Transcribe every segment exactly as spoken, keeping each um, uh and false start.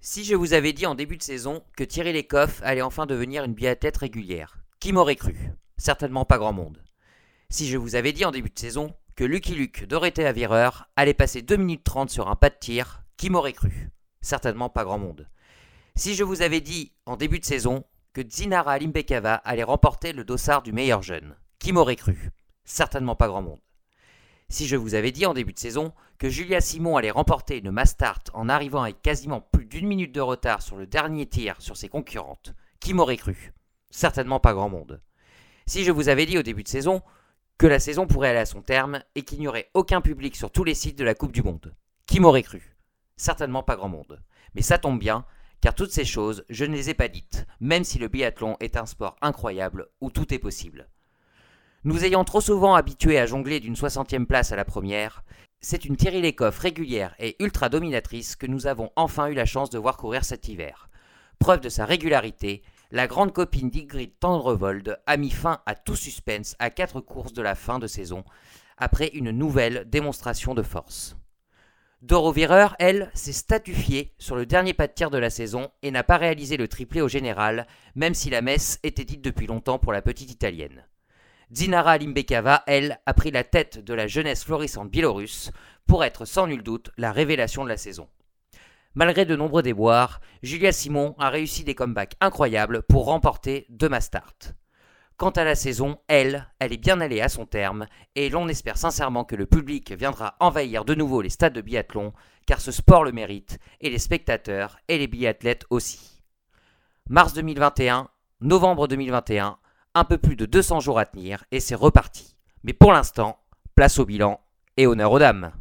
Si je vous avais dit en début de saison que Thierry Lecoff allait enfin devenir une biathlète régulière, qui m'aurait cru? Certainement pas grand monde. Si je vous avais dit en début de saison que Lucky Luke Dorothée Avireur allait passer deux minutes trente sur un pas de tir, qui m'aurait cru? Certainement pas grand monde. Si je vous avais dit en début de saison que Zinara Limbekava allait remporter le dossard du meilleur jeune, qui m'aurait cru? Certainement pas grand monde. Si je vous avais dit en début de saison que Julia Simon allait remporter une mass start en arrivant avec quasiment plus d'une minute de retard sur le dernier tir sur ses concurrentes, qui m'aurait cru? Certainement pas grand monde. Si je vous avais dit au début de saison que la saison pourrait aller à son terme et qu'il n'y aurait aucun public sur tous les sites de la Coupe du Monde, qui m'aurait cru? Certainement pas grand monde. Mais ça tombe bien, car toutes ces choses, je ne les ai pas dites, même si le biathlon est un sport incroyable où tout est possible. Nous ayant trop souvent habitués à jongler d'une soixantième place à la première, c'est une Thierry Lecoff régulière et ultra dominatrice que nous avons enfin eu la chance de voir courir cet hiver. Preuve de sa régularité, la grande copine d'Ingrid Tendrevold a mis fin à tout suspense à quatre courses de la fin de saison, après une nouvelle démonstration de force. Doro Vireur, elle, s'est statufiée sur le dernier pas de tir de la saison et n'a pas réalisé le triplé au général, même si la messe était dite depuis longtemps pour la petite italienne. Zinara Limbekava, elle, a pris la tête de la jeunesse florissante biélorusse pour être sans nul doute la révélation de la saison. Malgré de nombreux déboires, Julia Simon a réussi des comebacks incroyables pour remporter deux mass start. Quant à la saison, elle, elle est bien allée à son terme et l'on espère sincèrement que le public viendra envahir de nouveau les stades de biathlon car ce sport le mérite et les spectateurs et les biathlètes aussi. Mars deux mille vingt et un, novembre deux mille vingt et un, un peu plus de deux cents jours à tenir et c'est reparti. Mais pour l'instant, place au bilan et honneur aux dames.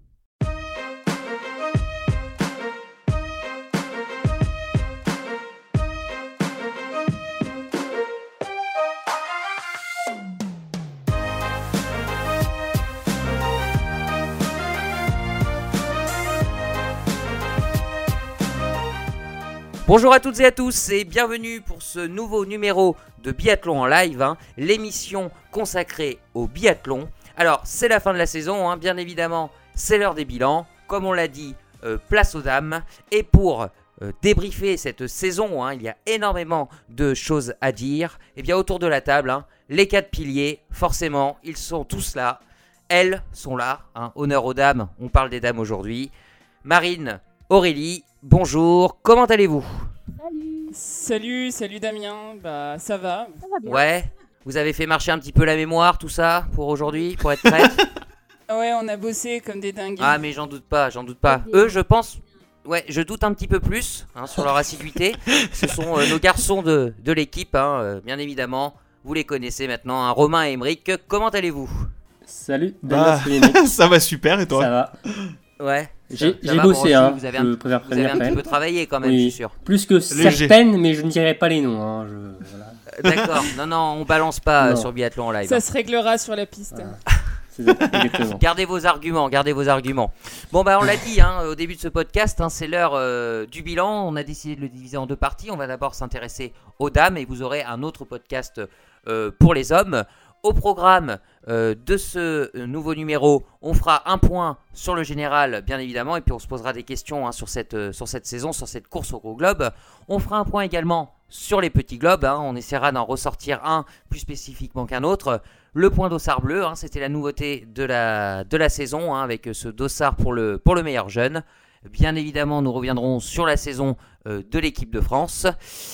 Bonjour à toutes et à tous et bienvenue pour ce nouveau numéro de Biathlon en live, hein, l'émission consacrée au biathlon. Alors c'est la fin de la saison, hein, bien évidemment c'est l'heure des bilans, comme on l'a dit, euh, place aux dames. Et pour euh, débriefer cette saison, hein, il y a énormément de choses à dire. Et bien autour de la table, hein, les quatre piliers, forcément ils sont tous là, elles sont là, hein, honneur aux dames, on parle des dames aujourd'hui. Marine, Aurélie, bonjour, comment allez-vous? Salut. Salut, salut Damien, bah ça va. Ça va bien. Ouais, vous avez fait marcher un petit peu la mémoire, tout ça, pour aujourd'hui, pour être prête? Ouais, on a bossé comme des dingues. Ah mais j'en doute pas, j'en doute pas. Eux, je pense, ouais, je doute un petit peu plus hein, sur leur assiduité. Ce sont euh, nos garçons de, de l'équipe, hein, euh, bien évidemment. Vous les connaissez maintenant, hein, Romain et Émeric. Comment allez-vous? Salut, Bah, ça va super et toi? Ça va. Ouais. J'ai, ça, j'ai ça va, bossé, bon, hein. Vous avez je un, préfère vous avez un petit peu travaillé quand même, oui. je suis sûr. Plus que Léger. certaines, mais je ne dirai pas les noms. Hein. Je, voilà. D'accord, non, non, on balance pas euh, Non. sur Biathlon en live. Ça se réglera sur la piste. Voilà. C'est exactement. Gardez vos arguments, gardez vos arguments. Bon bah on l'a dit hein, au début de ce podcast, hein, c'est l'heure euh, du bilan. On a décidé de le diviser en deux parties. On va d'abord s'intéresser aux dames et vous aurez un autre podcast euh, pour les hommes. Au programme euh, de ce nouveau numéro, on fera un point sur le général, bien évidemment, et puis on se posera des questions hein, sur, cette, euh, sur cette saison, sur cette course au gros globe. On fera un point également sur les petits globes, hein, on essaiera d'en ressortir un plus spécifiquement qu'un autre. Le point dossard bleu, hein, c'était la nouveauté de la, de la saison, hein, avec ce dossard pour le, pour le meilleur jeune. Bien évidemment, nous reviendrons sur la saison euh, de l'équipe de France.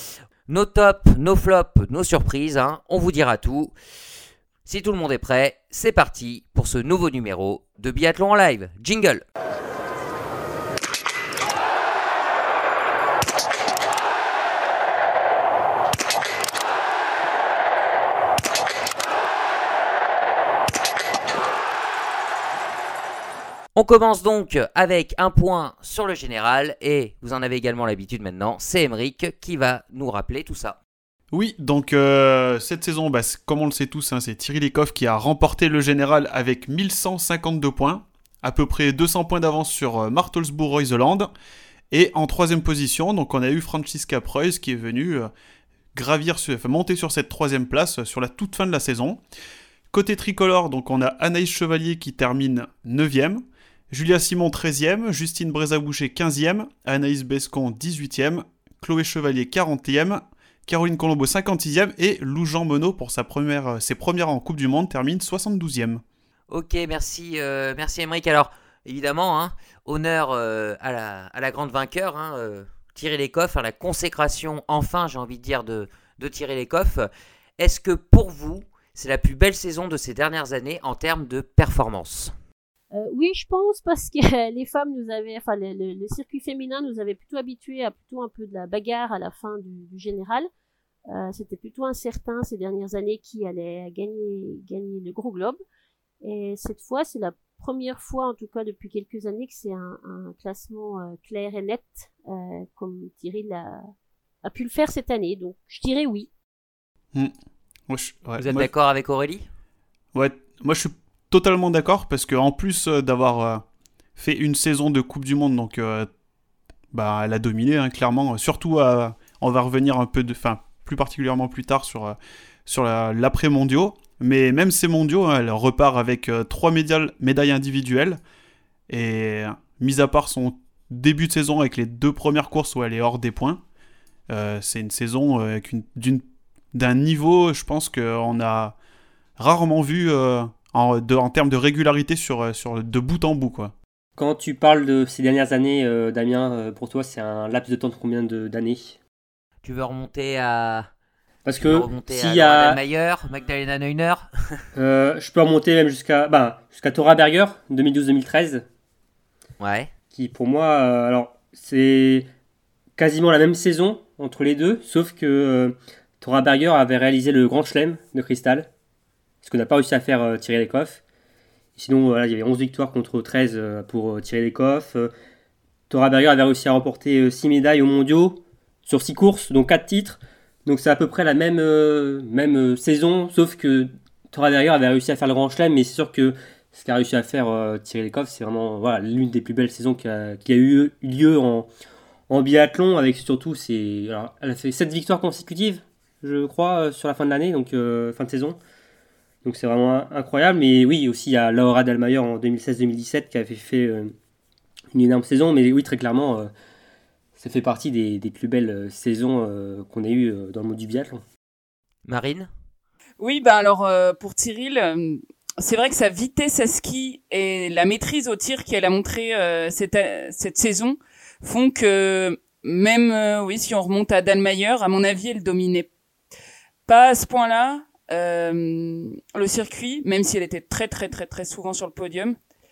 Nos tops, nos flops, nos surprises, hein, on vous dira tout. Si tout le monde est prêt, c'est parti pour ce nouveau numéro de Biathlon en live. Jingle! On commence donc avec un point sur le général et vous en avez également l'habitude maintenant, c'est Émeric qui va nous rappeler tout ça. Oui, donc euh, cette saison, bah, comme on le sait tous, hein, c'est Thierry Lecoff qui a remporté le général avec mille cent cinquante-deux points, à peu près deux cents points d'avance sur euh, Martelsbourg-Reuseland. Et en troisième position, donc on a eu Franziska Preuss qui est venue euh, gravir, sur, enfin, monter sur cette troisième place euh, sur la toute fin de la saison. Côté tricolore, donc on a Anaïs Chevalier qui termine neuvième. Julia Simon treizième, Justine Brézaboucher quinzième, Anaïs Bescon dix-huitième, Chloé Chevalier quarantième, Caroline Colombo cinquante-sixième et Lou Jean Monod pour sa première, ses premières en Coupe du Monde termine soixante-douzième. Ok, merci, euh, merci Émeric. Alors, évidemment, hein, honneur euh, à, la, à la grande vainqueur, hein, euh, Thierry Lecoff, à la consécration, enfin, j'ai envie de dire, de, de Thierry Lecoff. Est-ce que pour vous, c'est la plus belle saison de ces dernières années en termes de performance ? Euh, oui, je pense, parce que les femmes nous avaient, enfin, le, le, le circuit féminin nous avait plutôt habitués à plutôt un peu de la bagarre à la fin du, du général. Euh, c'était plutôt incertain ces dernières années qui allait gagner, gagner le gros globe. Et cette fois, c'est la première fois, en tout cas depuis quelques années, que c'est un, un classement euh, clair et net, euh, comme Thierry l'a, a pu le faire cette année. Donc, je dirais oui. Mmh. Moi, je, ouais, Vous êtes moi, d'accord avec Aurélie ? Ouais, moi je suis totalement d'accord parce que en plus euh, d'avoir euh, fait une saison de Coupe du Monde, donc euh, bah elle a dominé hein, clairement. Surtout, euh, on va revenir un peu de, enfin plus particulièrement plus tard sur euh, sur la, l'après mondiaux. Mais même ces mondiaux, hein, elle repart avec euh, trois médailles, médailles individuelles et euh, mis à part son début de saison avec les deux premières courses où elle est hors des points, euh, c'est une saison euh, avec une, d'une, d'un niveau, je pense qu'on a rarement vu. Euh, En, de, en termes de régularité sur, sur, de bout en bout, quoi. Quand tu parles de ces dernières années, euh, Damien, euh, pour toi, c'est un laps de temps de combien de, d'années ? Tu veux remonter à... Parce tu veux que remonter s'il à y a... Laura Mayer, Magdalena Neuner. euh, je peux remonter même jusqu'à, bah, jusqu'à Thora Berger, deux mille douze deux mille treize, Ouais. qui pour moi, euh, alors, c'est quasiment la même saison entre les deux, sauf que euh, Thora Berger avait réalisé le Grand Chelem de cristal, ce que n'a pas réussi à faire euh, Thierry Lecoff. Sinon, voilà, il y avait onze victoires contre treize euh, pour euh, Thierry Lecoff. Euh, Thora Berger avait réussi à remporter euh, six médailles aux mondiaux sur six courses, donc quatre titres. Donc c'est à peu près la même, euh, même euh, saison, sauf que Thora Berger avait réussi à faire le Grand Chelem, mais c'est sûr que ce qu'a réussi à faire euh, Thierry Lecoff, c'est vraiment voilà, l'une des plus belles saisons qui a, qui a eu lieu en, en biathlon, avec surtout, ses, alors, elle a fait sept victoires consécutives, je crois, euh, sur la fin de l'année, donc euh, fin de saison. Donc c'est vraiment incroyable. Mais oui, aussi il y a Laura Dahlmeier en deux mille seize deux mille dix-sept qui avait fait euh, une énorme saison. Mais oui, très clairement, euh, ça fait partie des, des plus belles euh, saisons euh, qu'on ait eues euh, dans le monde du biathlon. Marine ? Oui, bah alors euh, pour Cyril, euh, c'est vrai que sa vitesse à ski et la maîtrise au tir qu'elle a montré euh, cette, cette saison font que même euh, oui, si on remonte à Dahlmeier, à mon avis, elle dominait pas à ce point-là. Euh, le circuit, même si elle était très très très très souvent sur le podium.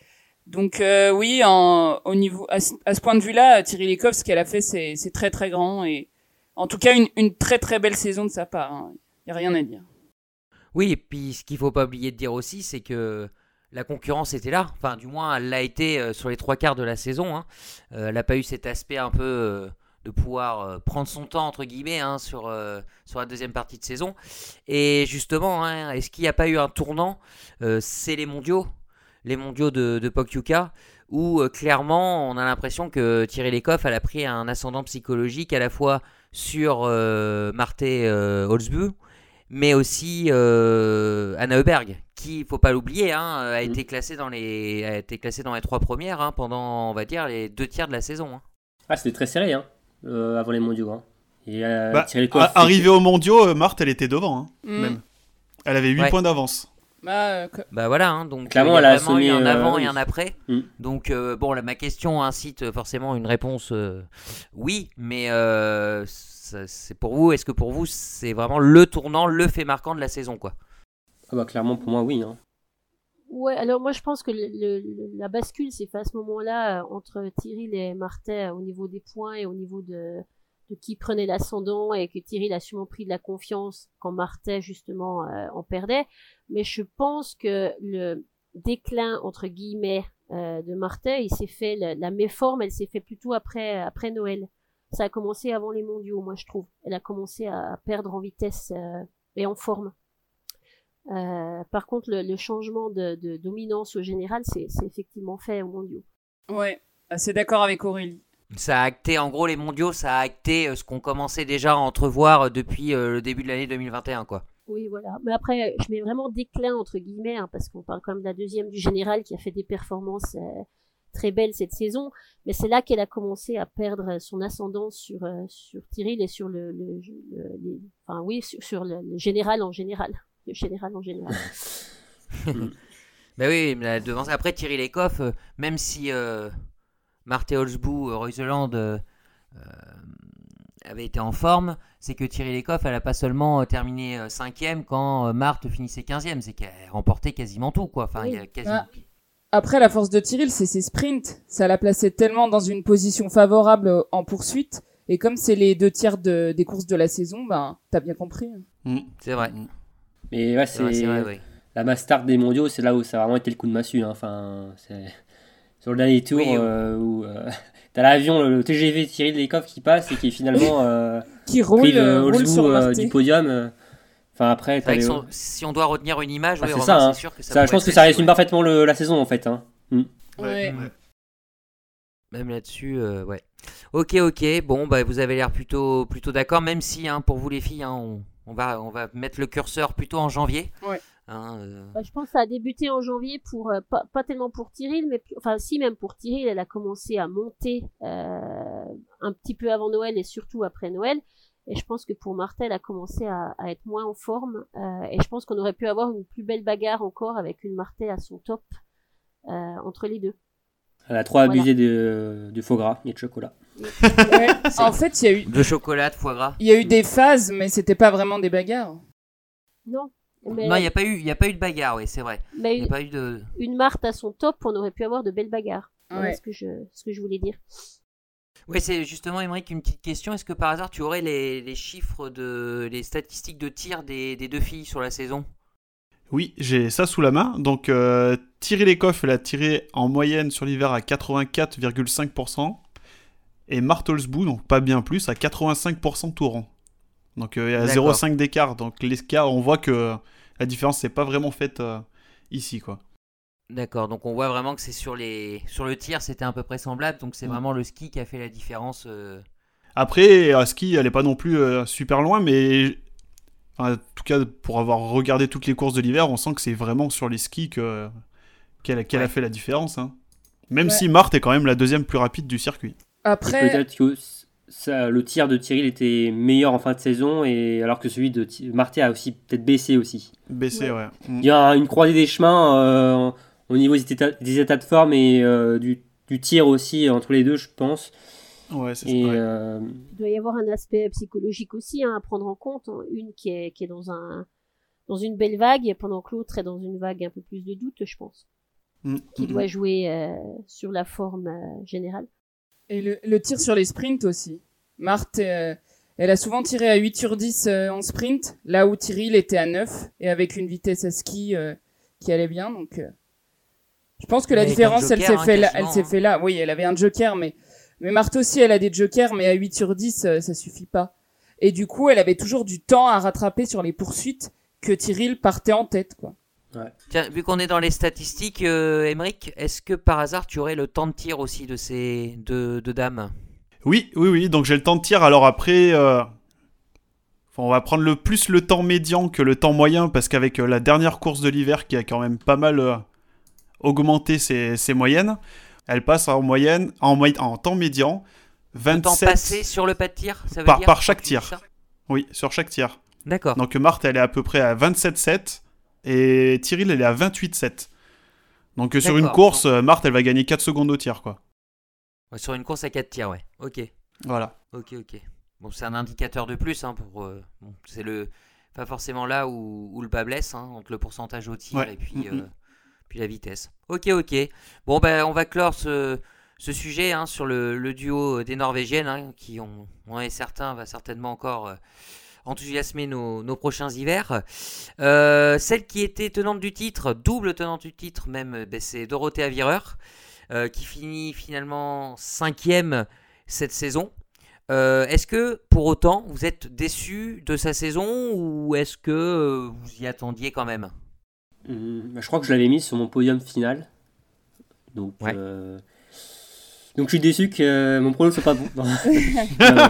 Donc euh, oui, en, au niveau à ce, à ce point de vue-là, Thierry Lecoff, ce qu'elle a fait, c'est, c'est très très grand et en tout cas une, une très très belle saison de sa part. Hein. Y a rien à dire. Oui, et puis ce qu'il faut pas oublier de dire aussi, c'est que la concurrence était là. Enfin, du moins, elle l'a été euh, sur les trois quarts de la saison. Hein. Euh, elle n'a pas eu cet aspect un peu euh, de pouvoir euh, prendre son temps, entre guillemets, hein, sur, euh, sur la deuxième partie de saison. Et justement, hein, est-ce qu'il n'y a pas eu un tournant ? euh, C'est les mondiaux, les mondiaux de, de Pokljuka, où euh, clairement, on a l'impression que Thierry Lecoff elle a pris un ascendant psychologique à la fois sur euh, Marte euh, Holzbu, mais aussi euh, Anna Heuberg, qui, il ne faut pas l'oublier, hein, a, été classée dans les, a été classée dans les trois premières hein, pendant, on va dire, les deux tiers de la saison. Hein. Ah, c'était très serré, hein, euh, avant les mondiaux. Hein. Et, euh, bah, Thierry Lecoff, a- arrivée aux mondiaux, Marthe, elle était devant, hein, Mmh. même. Elle avait huit Ouais. points d'avance. Bah, euh, que- Bah voilà, hein, donc Clairement, il y a elle a vraiment eu assommé, un avant euh, et oui. un après. Mm. Donc euh, bon, là, ma question incite forcément une réponse euh, oui, mais euh, ça, c'est pour vous. Est-ce que pour vous c'est vraiment le tournant, le fait marquant de la saison, quoi ? Ah bah, clairement, pour moi, oui. Hein. Ouais, alors moi je pense que le, le, le- la bascule s'est faite à ce moment-là euh, entre Thierry et Martin au niveau des points et au niveau de, de qui prenait l'ascendant, et que Thierry a sûrement pris de la confiance quand Martin justement euh, en perdait. Mais je pense que le déclin entre guillemets euh, de Martin, il s'est fait, la, la méforme, elle s'est fait plutôt après, après Noël. Ça a commencé avant les mondiaux, moi je trouve. Elle a commencé à perdre en vitesse euh, et en forme. Euh, par contre, le, le changement de, de dominance au général, c'est, c'est effectivement fait aux mondiaux. ouais, assez d'accord avec Aurélie. Ça a acté, en gros, les mondiaux, ça a acté euh, ce qu'on commençait déjà à entrevoir euh, depuis euh, le début de l'année deux mille vingt et un, quoi. Oui, voilà. Mais après, je mets vraiment déclin entre guillemets, hein, parce qu'on parle quand même de la deuxième du général qui a fait des performances euh, très belle cette saison, mais c'est là qu'elle a commencé à perdre son ascendant sur euh, sur Tyrrell et sur le, le, le les, enfin oui sur, sur le, le général en général, le général en général. Ben oui, mais la devance. Après Thierry Lecoff, euh, même si euh, Marthe Holzbou, euh, Reuseland euh, euh, avait été en forme, c'est que Thierry Lecoff, elle a pas seulement euh, terminé euh, cinquième quand euh, Marthe finissait quinzième, c'est qu'elle a remporté quasiment tout, quoi. Enfin, il Oui. y a quasi... Ah. Après, la force de Tyrrell, c'est ses sprints. Ça l'a placé tellement dans une position favorable en poursuite. Et comme c'est les deux tiers de, des courses de la saison, ben, t'as bien compris. Mm. C'est vrai. Mais ouais, C'est c'est, vrai, c'est vrai, oui. la Mastart des mondiaux, c'est là où ça a vraiment été le coup de massue. Hein. Enfin, c'est... Sur le dernier tour, Oui, oui. euh, où euh, t'as l'avion, le, le T G V Thierry Lecoff qui passe et qui finalement euh, Qui roule, prive euh, euh, roule Holzbou, sur euh, Marté. du podium. euh. Enfin, après, C'est vrai t'avais... que son- si on doit retenir une image, Ah, oui, c'est Romain, ça, hein. c'est sûr que ça, Ça, je pourrait pense que être ça celle-ci, résume ouais. parfaitement le, la saison, en fait. Hein. Mm. Ouais. Ouais. Même là-dessus, euh, ouais. Ok, ok. Bon, bah, vous avez l'air plutôt, plutôt d'accord, même si, hein, pour vous les filles, hein, on, on va, on va mettre le curseur plutôt en janvier. Ouais. Hein, euh, Bah, je pense que ça a débuté en janvier pour euh, pas, pas tellement pour Tyrrell, mais enfin si même pour Tyrrell, elle a commencé à monter euh, un petit peu avant Noël et surtout après Noël. Et je pense que pour Marthe, elle a commencé à, à être moins en forme. Euh, et je pense qu'on aurait pu avoir une plus belle bagarre encore avec une Marthe à son top euh, entre les deux. Elle a trop abusé de, du faux gras et de chocolat. Ouais. En fait, il y a eu, de chocolat, de foie gras. il y a eu des phases, mais c'était pas vraiment des bagarres. Non. Mais, Non, il n'y a pas eu, il y a pas eu de bagarre, oui, c'est vrai. mais Il n'y a pas eu de. une Marthe à son top, on aurait pu avoir de belles bagarres. Voilà Ouais. ce que je, ce que je voulais dire. Oui, c'est justement, Émeric, une petite question. Est-ce que par hasard, tu aurais les, les chiffres de, les statistiques de tir des, des deux filles sur la saison? Oui, j'ai ça sous la main. Donc, euh, Thierry Lecoff, elle a tiré en moyenne sur l'hiver à quatre-vingt-quatre virgule cinq pour cent. Et Marthe Holzbou, donc pas bien plus, à quatre-vingt-cinq pour cent tout rond. Donc, euh, il y a D'accord. zéro virgule cinq d'écart. Donc, l'écart, on voit que la différence n'est pas vraiment faite euh, ici, quoi. D'accord, donc on voit vraiment que c'est sur les sur le tir, c'était à peu près semblable. Donc c'est Mm. vraiment le ski qui a fait la différence. euh. Après, à ski, elle est pas non plus euh, super loin, mais enfin, en tout cas, pour avoir regardé toutes les courses de l'hiver, on sent que c'est vraiment sur les skis que, qu'elle, qu'elle Ouais. a fait la différence. Hein. Même Ouais. si Marthe est quand même la deuxième plus rapide du circuit. Après, Peut-être que ça, le tir de Thierry était meilleur en fin de saison, et alors que celui de Thi- Marthe a aussi peut-être baissé aussi. Baissé, ouais. Mm. Il y a une croisée des chemins euh, au niveau des états, des états de forme et euh, du, du tir aussi entre les deux, je pense. Ouais, c'est Et ça. Ouais. euh, Il doit y avoir un aspect psychologique aussi hein, à prendre en compte. Une qui est, qui est dans, un, dans une belle vague, pendant que l'autre est dans une vague un peu plus de doute, je pense. Mm, Qui mm, doit jouer euh, sur la forme euh, générale. et le, le tir sur les sprints aussi. Marthe, euh, elle a souvent tiré à huit sur dix euh, en sprint, là où Tyrrell était à neuf, et avec une vitesse à ski euh, qui allait bien. Donc, euh, je pense que la Avec un différence, elle joker, s'est hein, fait là. Elle quasiment, s'est hein. fait là. Oui, elle avait un joker, mais mais Marthe aussi, elle a des jokers, mais à huit sur dix, euh, ça suffit pas. Et du coup, elle avait toujours du temps à rattraper sur les poursuites que Tyrrell partait en tête, quoi. Tiens, vu qu'on est dans les statistiques, euh, Émeric, est-ce que par hasard tu aurais le temps de tir aussi de ces deux, deux dames? Oui, oui, oui. Donc j'ai le temps de tir. Alors après, euh, enfin, on va prendre le plus le temps médian que le temps moyen, parce qu'avec euh, la dernière course de l'hiver qui a quand même pas mal euh, augmenté ses, ses moyennes, elle passe en moyenne, en, moy- en temps médian, Le temps vingt-sept passé sur le pas de tir, ça veut par, dire par quand chaque tu dis tir. ça Oui, sur chaque tir. D'accord. Donc Marthe, elle est à peu près à vingt-sept virgule sept et Tyrrell, elle est à vingt-huit virgule sept. Donc euh, sur une D'accord. course, euh, Marthe, elle va gagner quatre secondes au tir, quoi. Ouais, sur une course à quatre tirs, ouais. Ok. Voilà. Ok, ok. Bon, c'est un indicateur de plus, hein, pour. euh, bon, c'est le pas forcément là où, où le bas blesse, hein, entre le pourcentage au tir Ouais. et puis, Mm-mm. euh, puis la vitesse. Ok, ok. Bon, ben, on va clore ce, ce sujet hein, sur le, le duo des Norvégiennes, hein, qui on, on est certain va certainement encore euh, enthousiasmer nos, nos prochains hivers. Euh, celle qui était tenante du titre, double tenante du titre même, euh, ben, c'est Dorothée Avireur, euh, qui finit finalement cinquième cette saison. Euh, est-ce que pour autant vous êtes déçu de sa saison ou est-ce que euh, vous y attendiez quand même? hum, bah, je crois que je l'avais mis sur mon podium final. Donc, Ouais. euh, donc je suis déçu que euh, mon prono soit pas bon. Non, non.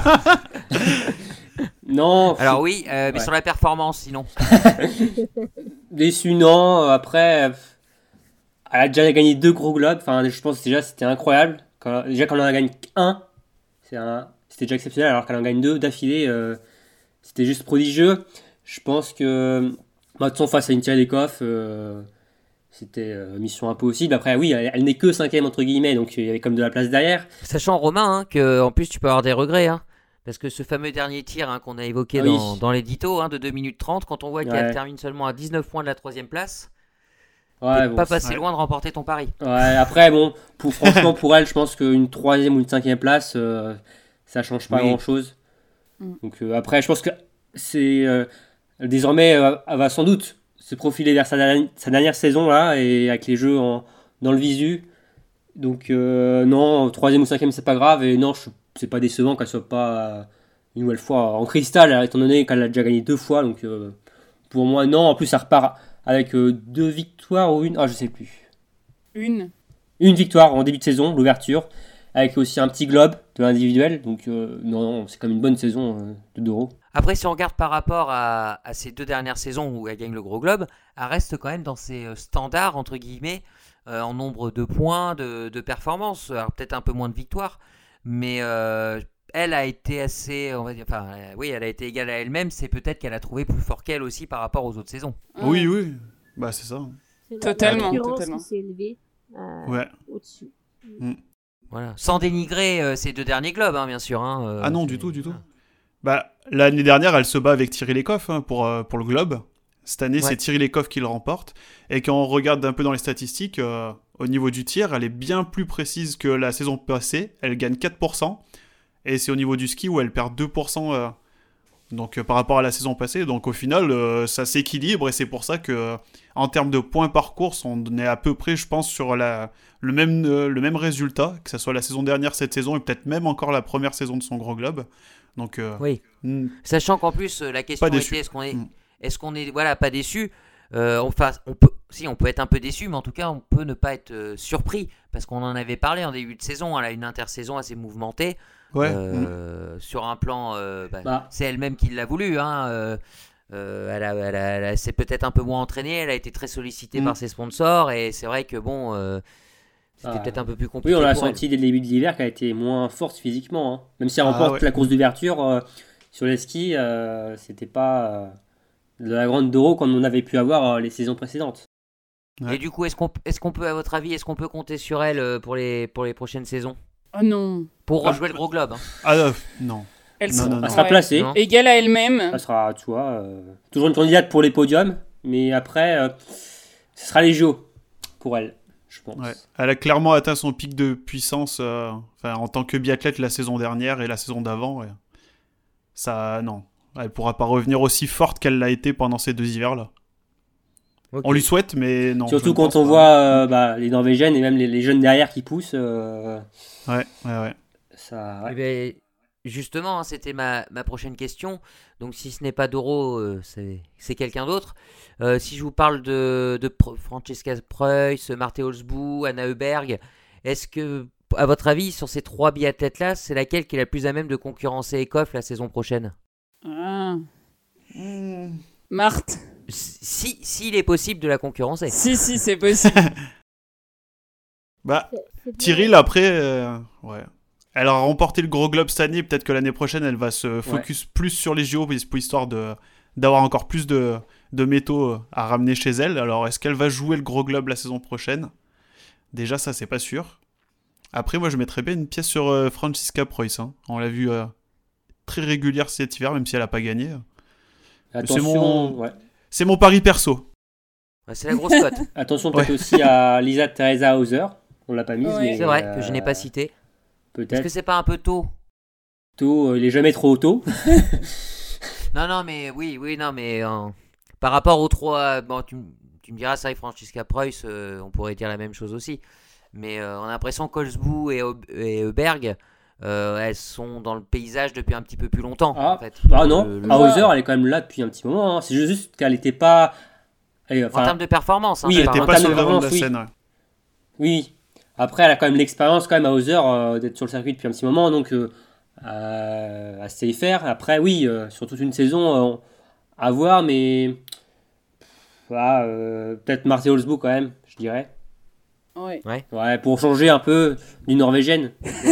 Non, Alors oui, euh, mais Ouais. sur la performance sinon. déçu, non. Après, elle a déjà gagné deux gros globes. Enfin, je pense que déjà c'était incroyable. Quand, déjà quand on en gagne un, c'est un, c'était déjà exceptionnel. Alors qu'elle en gagne deux d'affilée, euh, c'était juste prodigieux. Je pense que, bah, de toute façon, face à une Thierry Lecoff, euh, c'était euh, mission impossible. Après, oui, elle, elle n'est que cinquième entre guillemets, donc il y avait comme de la place derrière. Sachant, Romain, hein, que en plus tu peux avoir des regrets, hein, parce que ce fameux dernier tir hein, qu'on a évoqué Ah dans, oui. dans l'édito hein, de deux minutes trente, quand on voit Ouais. qu'elle termine seulement à dix-neuf points de la troisième place, Ouais, t'es bon, pas c'est- passé ouais. loin de remporter ton pari. ouais, après, bon, pour, franchement, pour elle, je pense qu'une troisième ou une cinquième place, euh, ça change pas Oui. grand chose. Mm. Donc euh, après, je pense que c'est euh, désormais, euh, elle va sans doute se profiler vers sa, dernière- sa dernière saison là, et avec les jeux en, dans le visu. Donc euh, non, troisième ou cinquième, c'est pas grave, et non, je- c'est pas décevant qu'elle soit pas euh, une nouvelle fois en cristal, étant donné qu'elle a déjà gagné deux fois. Donc euh, pour moi, non. En plus, ça repart avec euh, deux victoires ou une, ah je sais plus. Une. Une victoire en début de saison, l'ouverture, avec aussi un petit globe de l'individuel. Donc euh, non, non, c'est comme une bonne saison euh, de Doro. Après, si on regarde par rapport à, à ces deux dernières saisons où elle gagne le gros globe, elle reste quand même dans ses euh, standards, entre guillemets, euh, en nombre de points, de, de performances. Alors peut-être un peu moins de victoires, mais euh, elle a été assez, on va dire, enfin, euh, oui, elle a été égale à elle-même. C'est peut-être qu'elle a trouvé plus fort qu'elle aussi par rapport aux autres saisons. Oui, oui. Bah, c'est ça. C'est la- Totalement, la concurrence totalement. qui s'est élevée euh, Ouais. au-dessus. Voilà. Sans dénigrer euh, ces deux derniers globes, hein, bien sûr. Hein, euh, Ah non, c'est- du tout, du tout. voilà. Bah, l'année dernière, elle se bat avec Thierry Lecoff hein, pour, euh, pour le Globe. Cette année, Ouais. c'est Thierry Lecoff qui le remporte. Et quand on regarde un peu dans les statistiques, euh, au niveau du tir, elle est bien plus précise que la saison passée. Elle gagne quatre pour cent. Et c'est au niveau du ski où elle perd deux pour cent euh, donc, euh, par rapport à la saison passée. Donc au final, euh, ça s'équilibre. Et c'est pour ça que, euh, en termes de points par course, on est à peu près, je pense, sur la, le, même, euh, le même résultat. Que ce soit la saison dernière, cette saison, et peut-être même encore la première saison de son gros globe. Donc, euh, Oui. mm, Sachant qu'en plus, euh, la question Pas déçu. était est-ce qu'on est, Mm. est-ce qu'on est, voilà, pas déçu. Euh, enfin, on peut, si on peut être un peu déçu, mais en tout cas, on peut ne pas être euh, surpris parce qu'on en avait parlé en début de saison. Elle a une intersaison assez mouvementée ouais. mm. euh, sur un plan. euh, bah, Bah. C'est elle-même qui l'a voulu. Hein, euh, euh, elle, a, elle, a, elle a- s'est peut-être un peu moins entraînée. Elle a été très sollicitée Mm. par ses sponsors et c'est vrai que bon, euh, c'était Ah. peut-être un peu plus compliqué. Oui, on l'a pour elle. senti dès le début de l'hiver qu'elle était moins forte physiquement. Hein. Même si elle Ah, remporte ouais. la course d'ouverture euh, sur les skis, euh, c'était pas euh, de la grande Doro comme on avait pu avoir euh, les saisons précédentes. Ouais. Et du coup, est-ce qu'on, est-ce qu'on peut, à votre avis, est-ce qu'on peut compter sur elle euh, pour les, pour les prochaines saisons Oh non. pour Ah. rejouer le gros globe hein. Ah euh, non. Elle Non, sera, non, non. Elle sera ouais. placée, Non. Égale à elle-même. elle sera, tu vois, euh, toujours une candidate pour les podiums, mais après, euh, ce sera les J O pour elle, je pense. Ouais. Elle a clairement atteint son pic de puissance euh, enfin, en tant que biathlète la saison dernière et la saison d'avant. ouais. Ça, non. Elle pourra pas revenir aussi forte qu'elle l'a été pendant ces deux hivers-là. On lui souhaite, mais non. je Surtout ne quand pense on pas. voit euh, bah, les Norvégiennes et même les, les jeunes derrière qui poussent, euh, Ouais, ouais, ouais. ça... Eh ben, justement, hein, c'était ma, ma prochaine question. Donc, si ce n'est pas Doro, euh, c'est, c'est quelqu'un d'autre. Euh, si je vous parle de, de Pr- Francesca Preuss, Marthe Holzbou, Anna Heuberg, est-ce que, à votre avis, sur ces trois biathlètes-là, c'est laquelle qui est la plus à même de concurrencer Ekoff la saison prochaine Ah. Marthe. Si, s'il est possible de la concurrencer. Si, si, c'est possible. Bah, C'est- c'est bien. Tyrrell, après, euh, ouais. Elle a remporté le gros globe cette année. Peut-être que l'année prochaine, elle va se focus plus sur les J O, pour histoire de, d'avoir encore plus de, de métaux à ramener chez elle. Alors, est-ce qu'elle va jouer le gros globe la saison prochaine ? Déjà, ça, c'est pas sûr. Après, moi, je mettrais bien une pièce sur euh, Franziska Preuss. Hein. On l'a vu euh, très régulière cet hiver, même si elle a pas gagné. Attention, C'est mon- ouais. C'est mon pari perso. Ouais, c'est la grosse cote. Attention peut-être aussi à Lisa Teresa Hauser. On l'a pas mise, Ouais. mais C'est vrai euh, que je n'ai pas cité. Est-ce peut-être que c'est pas un peu tôt tôt. euh, il est jamais trop tôt. Non, non, mais oui, oui, non, mais euh, par rapport aux trois, bon, tu, m- tu me diras, ça, avec Francesca Preuss, euh, on pourrait dire la même chose aussi. Mais euh, on a l'impression qu'Holzbou et, Aub- et Heuberg, euh, elles sont dans le paysage depuis un petit peu plus longtemps. Ah, en fait. Ah non, Le- le- ah, Hauser, elle est quand même là depuis un petit moment. Hein. C'est juste qu'elle n'était pas. Allez, en enfin, termes de performance, hein, oui, je elle parle. T'es en pas termes sur de le devant de la performance, oui. scène. ouais. Oui. Après, elle a quand même l'expérience quand même à Hauser euh, d'être sur le circuit depuis un petit moment, donc euh, euh, elle sait y faire. Après, oui, euh, sur toute une saison, euh, à voir, mais voilà, euh, peut-être Marthe Holzbou quand même, je dirais. Ouais. Ouais, pour changer un peu du norvégienne.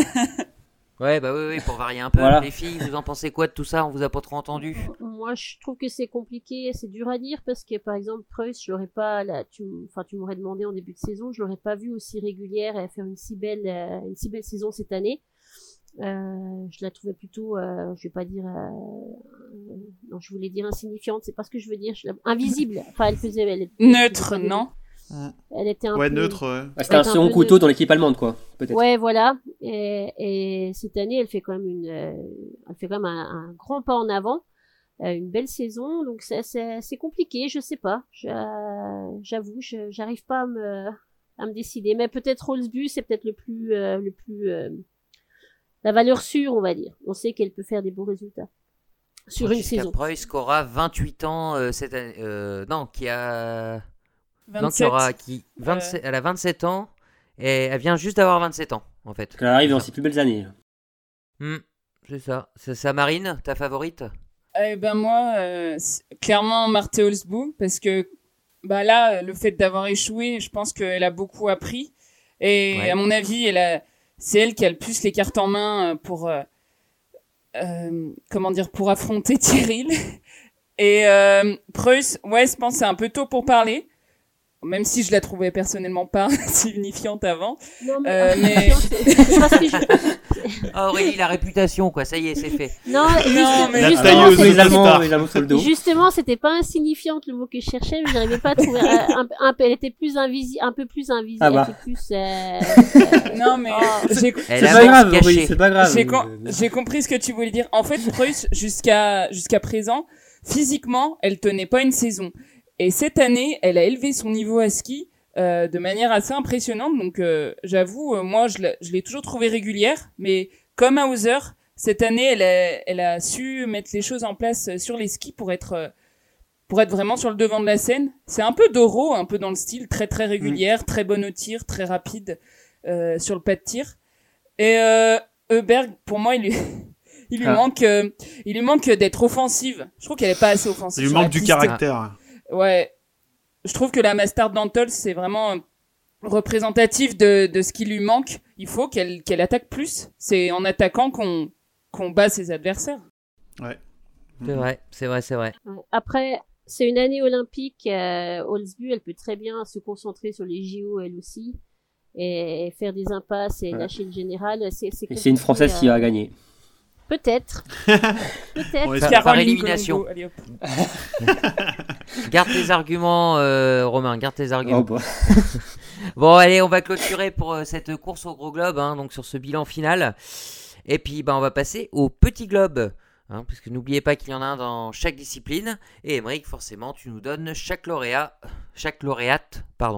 Ouais, bah oui, oui, pour varier un peu. Voilà. Les filles, vous en pensez quoi de tout ça? On vous a pas trop entendu? Moi, je trouve que c'est compliqué, c'est dur à dire parce que, par exemple, Preuss, je l'aurais pas, là, tu, enfin, tu m'aurais demandé en début de saison, je l'aurais pas vu aussi régulière et faire une si belle, euh, une si belle saison cette année. Euh, je la trouvais plutôt, euh, je vais pas dire, euh, non, je voulais dire insignifiante, c'est pas ce que je veux dire, je la... invisible. Enfin, elle faisait, elle, Neutre, non? Elle était un Ouais, peu neutre, ouais. Bah, c'était un Ouais, un second peu couteau de- dans l'équipe allemande, quoi. Peut-être. Ouais, voilà. Et, et cette année, elle fait quand même une, euh, elle fait quand même un, un grand pas en avant, euh, une belle saison. Donc c'est, c'est, c'est compliqué, je sais pas. Je- j'avoue, je, j'arrive pas à me, à me décider. Mais peut-être Rolsbu, c'est peut-être le plus, euh, le plus, euh, la valeur sûre, on va dire. On sait qu'elle peut faire des beaux résultats sur une Jusqu'à saison. Preuss, qui aura vingt-huit ans euh, cette année. Euh, non, qui a. Non, qui vingt-sept. aura. Qui... vingt-sept... Elle a vingt-sept ans. Et elle vient juste d'avoir vingt-sept ans, en fait. Elle arrive dans ses plus belles années. Hmm, c'est ça. C'est ça, Marine, ta favorite? Eh ben moi, euh, c'est clairement Marthe Holzboe, parce que bah là, le fait d'avoir échoué, je pense qu'elle a beaucoup appris. Et Ouais. à mon avis, elle a, c'est elle qui a le plus les cartes en main pour, euh, euh, comment dire, pour affronter Tyrrell. Et euh, Preuss, ouais, je pense que c'est un peu tôt pour parler, même si je la trouvais personnellement pas si unifiante avant. Non, mais, Euh, mais- c'est, c'est parce que je... Ah, Aurélie, la réputation, quoi. Ça y est, c'est fait. non, Non, juste- mais- La justement, tailleuse c'est- les de Allemands, Star. les Allemands sur le dos. Justement, c'était pas insignifiante le mot que je cherchais, mais j'arrivais pas à trouver. Un, un, un peu- elle était plus invisible, un peu plus invisible. Ah bah. Elle était plus. Euh, Non, mais Oh. j'ai, Elle C'est avance pas grave, cachée. oui, c'est pas grave. J'ai, com- j'ai compris ce que tu voulais dire. En fait, Preuss, jusqu'à, jusqu'à présent, physiquement, elle tenait pas une saison. Et cette année, elle a élevé son niveau à ski euh, de manière assez impressionnante. Donc, euh, j'avoue, euh, moi, je, l'ai- je l'ai toujours trouvée régulière. Mais comme Hauser, cette année, elle a, elle a su mettre les choses en place euh, sur les skis pour être, euh, pour être vraiment sur le devant de la scène. C'est un peu Doro, un peu dans le style, très très régulière, très bonne au tir, très rapide euh, sur le pas de tir. Et euh, Heuberg, pour moi, il lui, il lui Ah. manque, euh, il lui manque d'être offensive. Je trouve qu'elle est pas assez offensive. Il lui sur la manque du piste. caractère. Ouais. Je trouve que la Mastart d'Antol, c'est vraiment euh, représentatif de, de ce qui lui manque. Il faut qu'elle, qu'elle attaque plus. C'est en attaquant qu'on, qu'on bat ses adversaires. C'est vrai, c'est vrai, c'est vrai. ouais. Après, c'est une année olympique. Euh, Holzbu, elle peut très bien se concentrer sur les J O elle aussi et, et faire des impasses et Ouais. lâcher le général. C'est, c'est, Et c'est une Française qui euh, va gagner. Peut-être. Peut-être. Ouais, Par- c'est- par élimination. Colombo, allez hop. Garde tes arguments, euh, Romain, garde tes arguments. Oh, bah. Bon, allez, on va clôturer pour euh, cette course au gros globe, hein, donc sur ce bilan final. Et puis, bah, on va passer au petit globe, hein, parce que n'oubliez pas qu'il y en a un dans chaque discipline. Et Émeric, forcément, tu nous donnes chaque lauréat, chaque lauréate, pardon.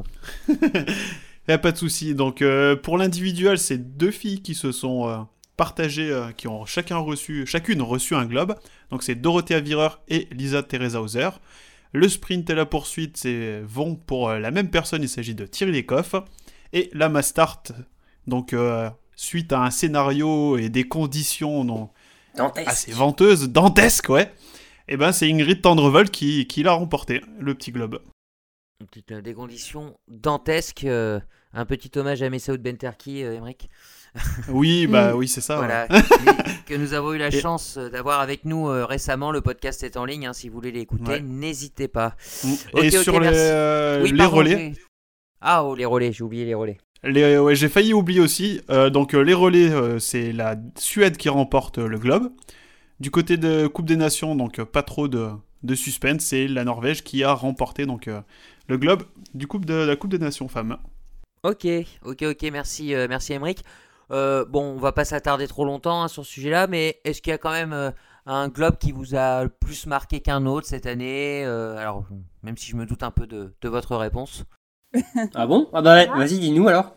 Y a pas de souci. Donc euh, pour l'individuel, c'est deux filles qui se sont euh, partagées, euh, qui ont chacun reçu, chacune reçu un globe. Donc c'est Dorothea Wierer et Lisa Theresa Hauser. Le sprint et la poursuite, c'est vont pour euh, la même personne. Il s'agit de Thierry Lecoff. Et la mass start, donc euh, suite à un scénario et des conditions non, Dantesque. assez venteuses, dantesques, ouais. Et ben c'est Ingrid Tendrevold qui, qui l'a remporté, le petit globe. Une petite, euh, des conditions dantesques. euh, un petit hommage à Messaoud Benterki, euh, Émeric. Oui, bah Mm. oui, c'est ça. ouais. Voilà, qui- que nous avons eu la Et- chance euh, d'avoir avec nous euh, récemment. Le podcast est en ligne, hein, si vous voulez l'écouter, Ouais. n'hésitez pas. Mm. Ok, Et ok, sur les, merci. euh, Oui, les pardon, relais, j'ai- Ah, oh, les relais, j'ai oublié les relais. les- ouais, j'ai failli oublier aussi. Euh, donc euh, les relais, euh, c'est la Suède qui remporte euh, le globe. Du côté de Coupe des Nations, donc euh, pas trop de, de suspense, c'est la Norvège qui a remporté donc euh, le globe du coupe de la Coupe des Nations femmes. Ok, ok, ok, merci, euh, merci Émeric. Euh, bon, on va pas s'attarder trop longtemps hein, sur ce sujet-là, mais est-ce qu'il y a quand même euh, un globe qui vous a plus marqué qu'un autre cette année euh, Alors, même si je me doute un peu de, de votre réponse. Ah bon? Ah bah ouais, vas-y, dis-nous alors.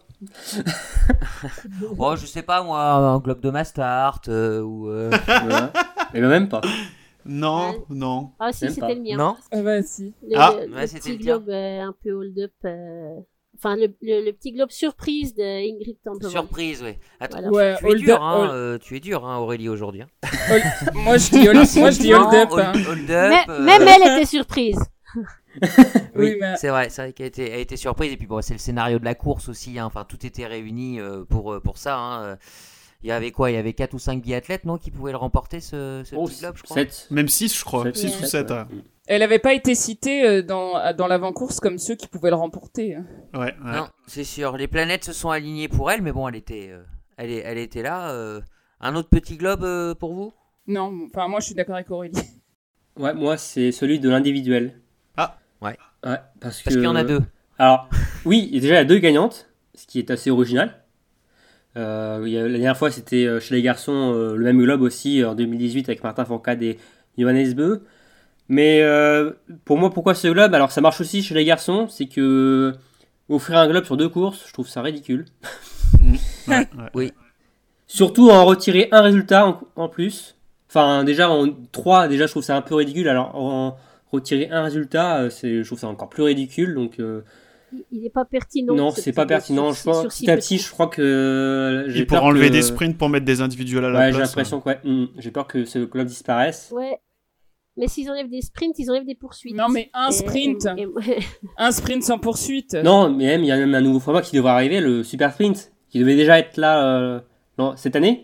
Bon, je sais pas moi, un globe de Mastart euh, ou. euh, Voilà. Mais bah, même pas. Non, Ouais. non. Ah si, Même c'était pas. le mien. Non Ah bah si. Le, Ah. le- le Ouais, c'était petit le tien. globe euh, un peu hold-up. euh, Enfin, le, le, le petit globe surprise de Ingrid Tendrevold. Surprise, oui. Attends, Voilà. Ouais, tu es hold dur, up, hein, hold- euh, tu es dur, hein, Aurélie, aujourd'hui. hein. Hold- Moi je dis hold, moi je dis hold up. Non, hein. hold, hold up. Mais- euh, Même elle était surprise. Oui, Oui, mais- c'est vrai, c'est vrai qu'elle a été, elle a été surprise. Et puis bon, c'est le scénario de la course aussi. Hein. Enfin, tout était réuni euh, pour, euh, pour ça. Hein. Euh, Il y avait quoi? Il y avait quatre ou cinq biathlètes, non, qui pouvaient le remporter, ce, ce Oh, petit globe, je crois. sept. Même six, je crois. Sept, six ou ouais. sept. ouais. Elle avait pas été citée euh, dans, dans l'avant-course comme ceux qui pouvaient le remporter. hein. Ouais, ouais. Non, c'est sûr. Les planètes se sont alignées pour elle, mais bon, elle était, euh, elle, est- elle était là. euh. Un autre petit globe euh, pour vous? Non, enfin, moi, je suis d'accord avec Aurélie. Ouais, moi, c'est celui de l'individuel. Ah, ouais. Ouais, parce que... Parce qu'il y en a deux. Alors, oui, et déjà, il y a deux gagnantes, ce qui est assez original. Euh, il y a- la dernière fois, c'était euh, chez les garçons, euh, le même globe aussi, en deux mille dix-huit, avec Martin Fourcade et Johannes Beu. Mais euh, pour moi, pourquoi ce globe? Alors, ça marche aussi chez les garçons, c'est que offrir un globe sur deux courses, je trouve ça ridicule. ouais, ouais. Oui. Surtout en retirer un résultat en, en plus. Enfin, déjà, en trois, déjà, je trouve ça un peu ridicule. Alors, en retirer un résultat, euh, c'est, je trouve ça encore plus ridicule. Donc, euh, Il- Il n'est pas pertinent. non, ce c'est petit pas globe pertinent. sur- Je pense sur si petit à peu de petit, courses. je crois que euh, j'ai Et pour peur enlever que- des sprints pour mettre des individuels à la Ouais, j'ai place. l'impression que ouais, hum, j'ai peur que ce globe disparaisse. Ouais. Mais s'ils enlèvent des sprints, ils enlèvent des poursuites. Non, mais un Et- sprint. et- et- Un sprint sans poursuite. Non, mais même il y a même un nouveau format qui devrait arriver, le Super Sprint, qui devait déjà être là euh, non, cette année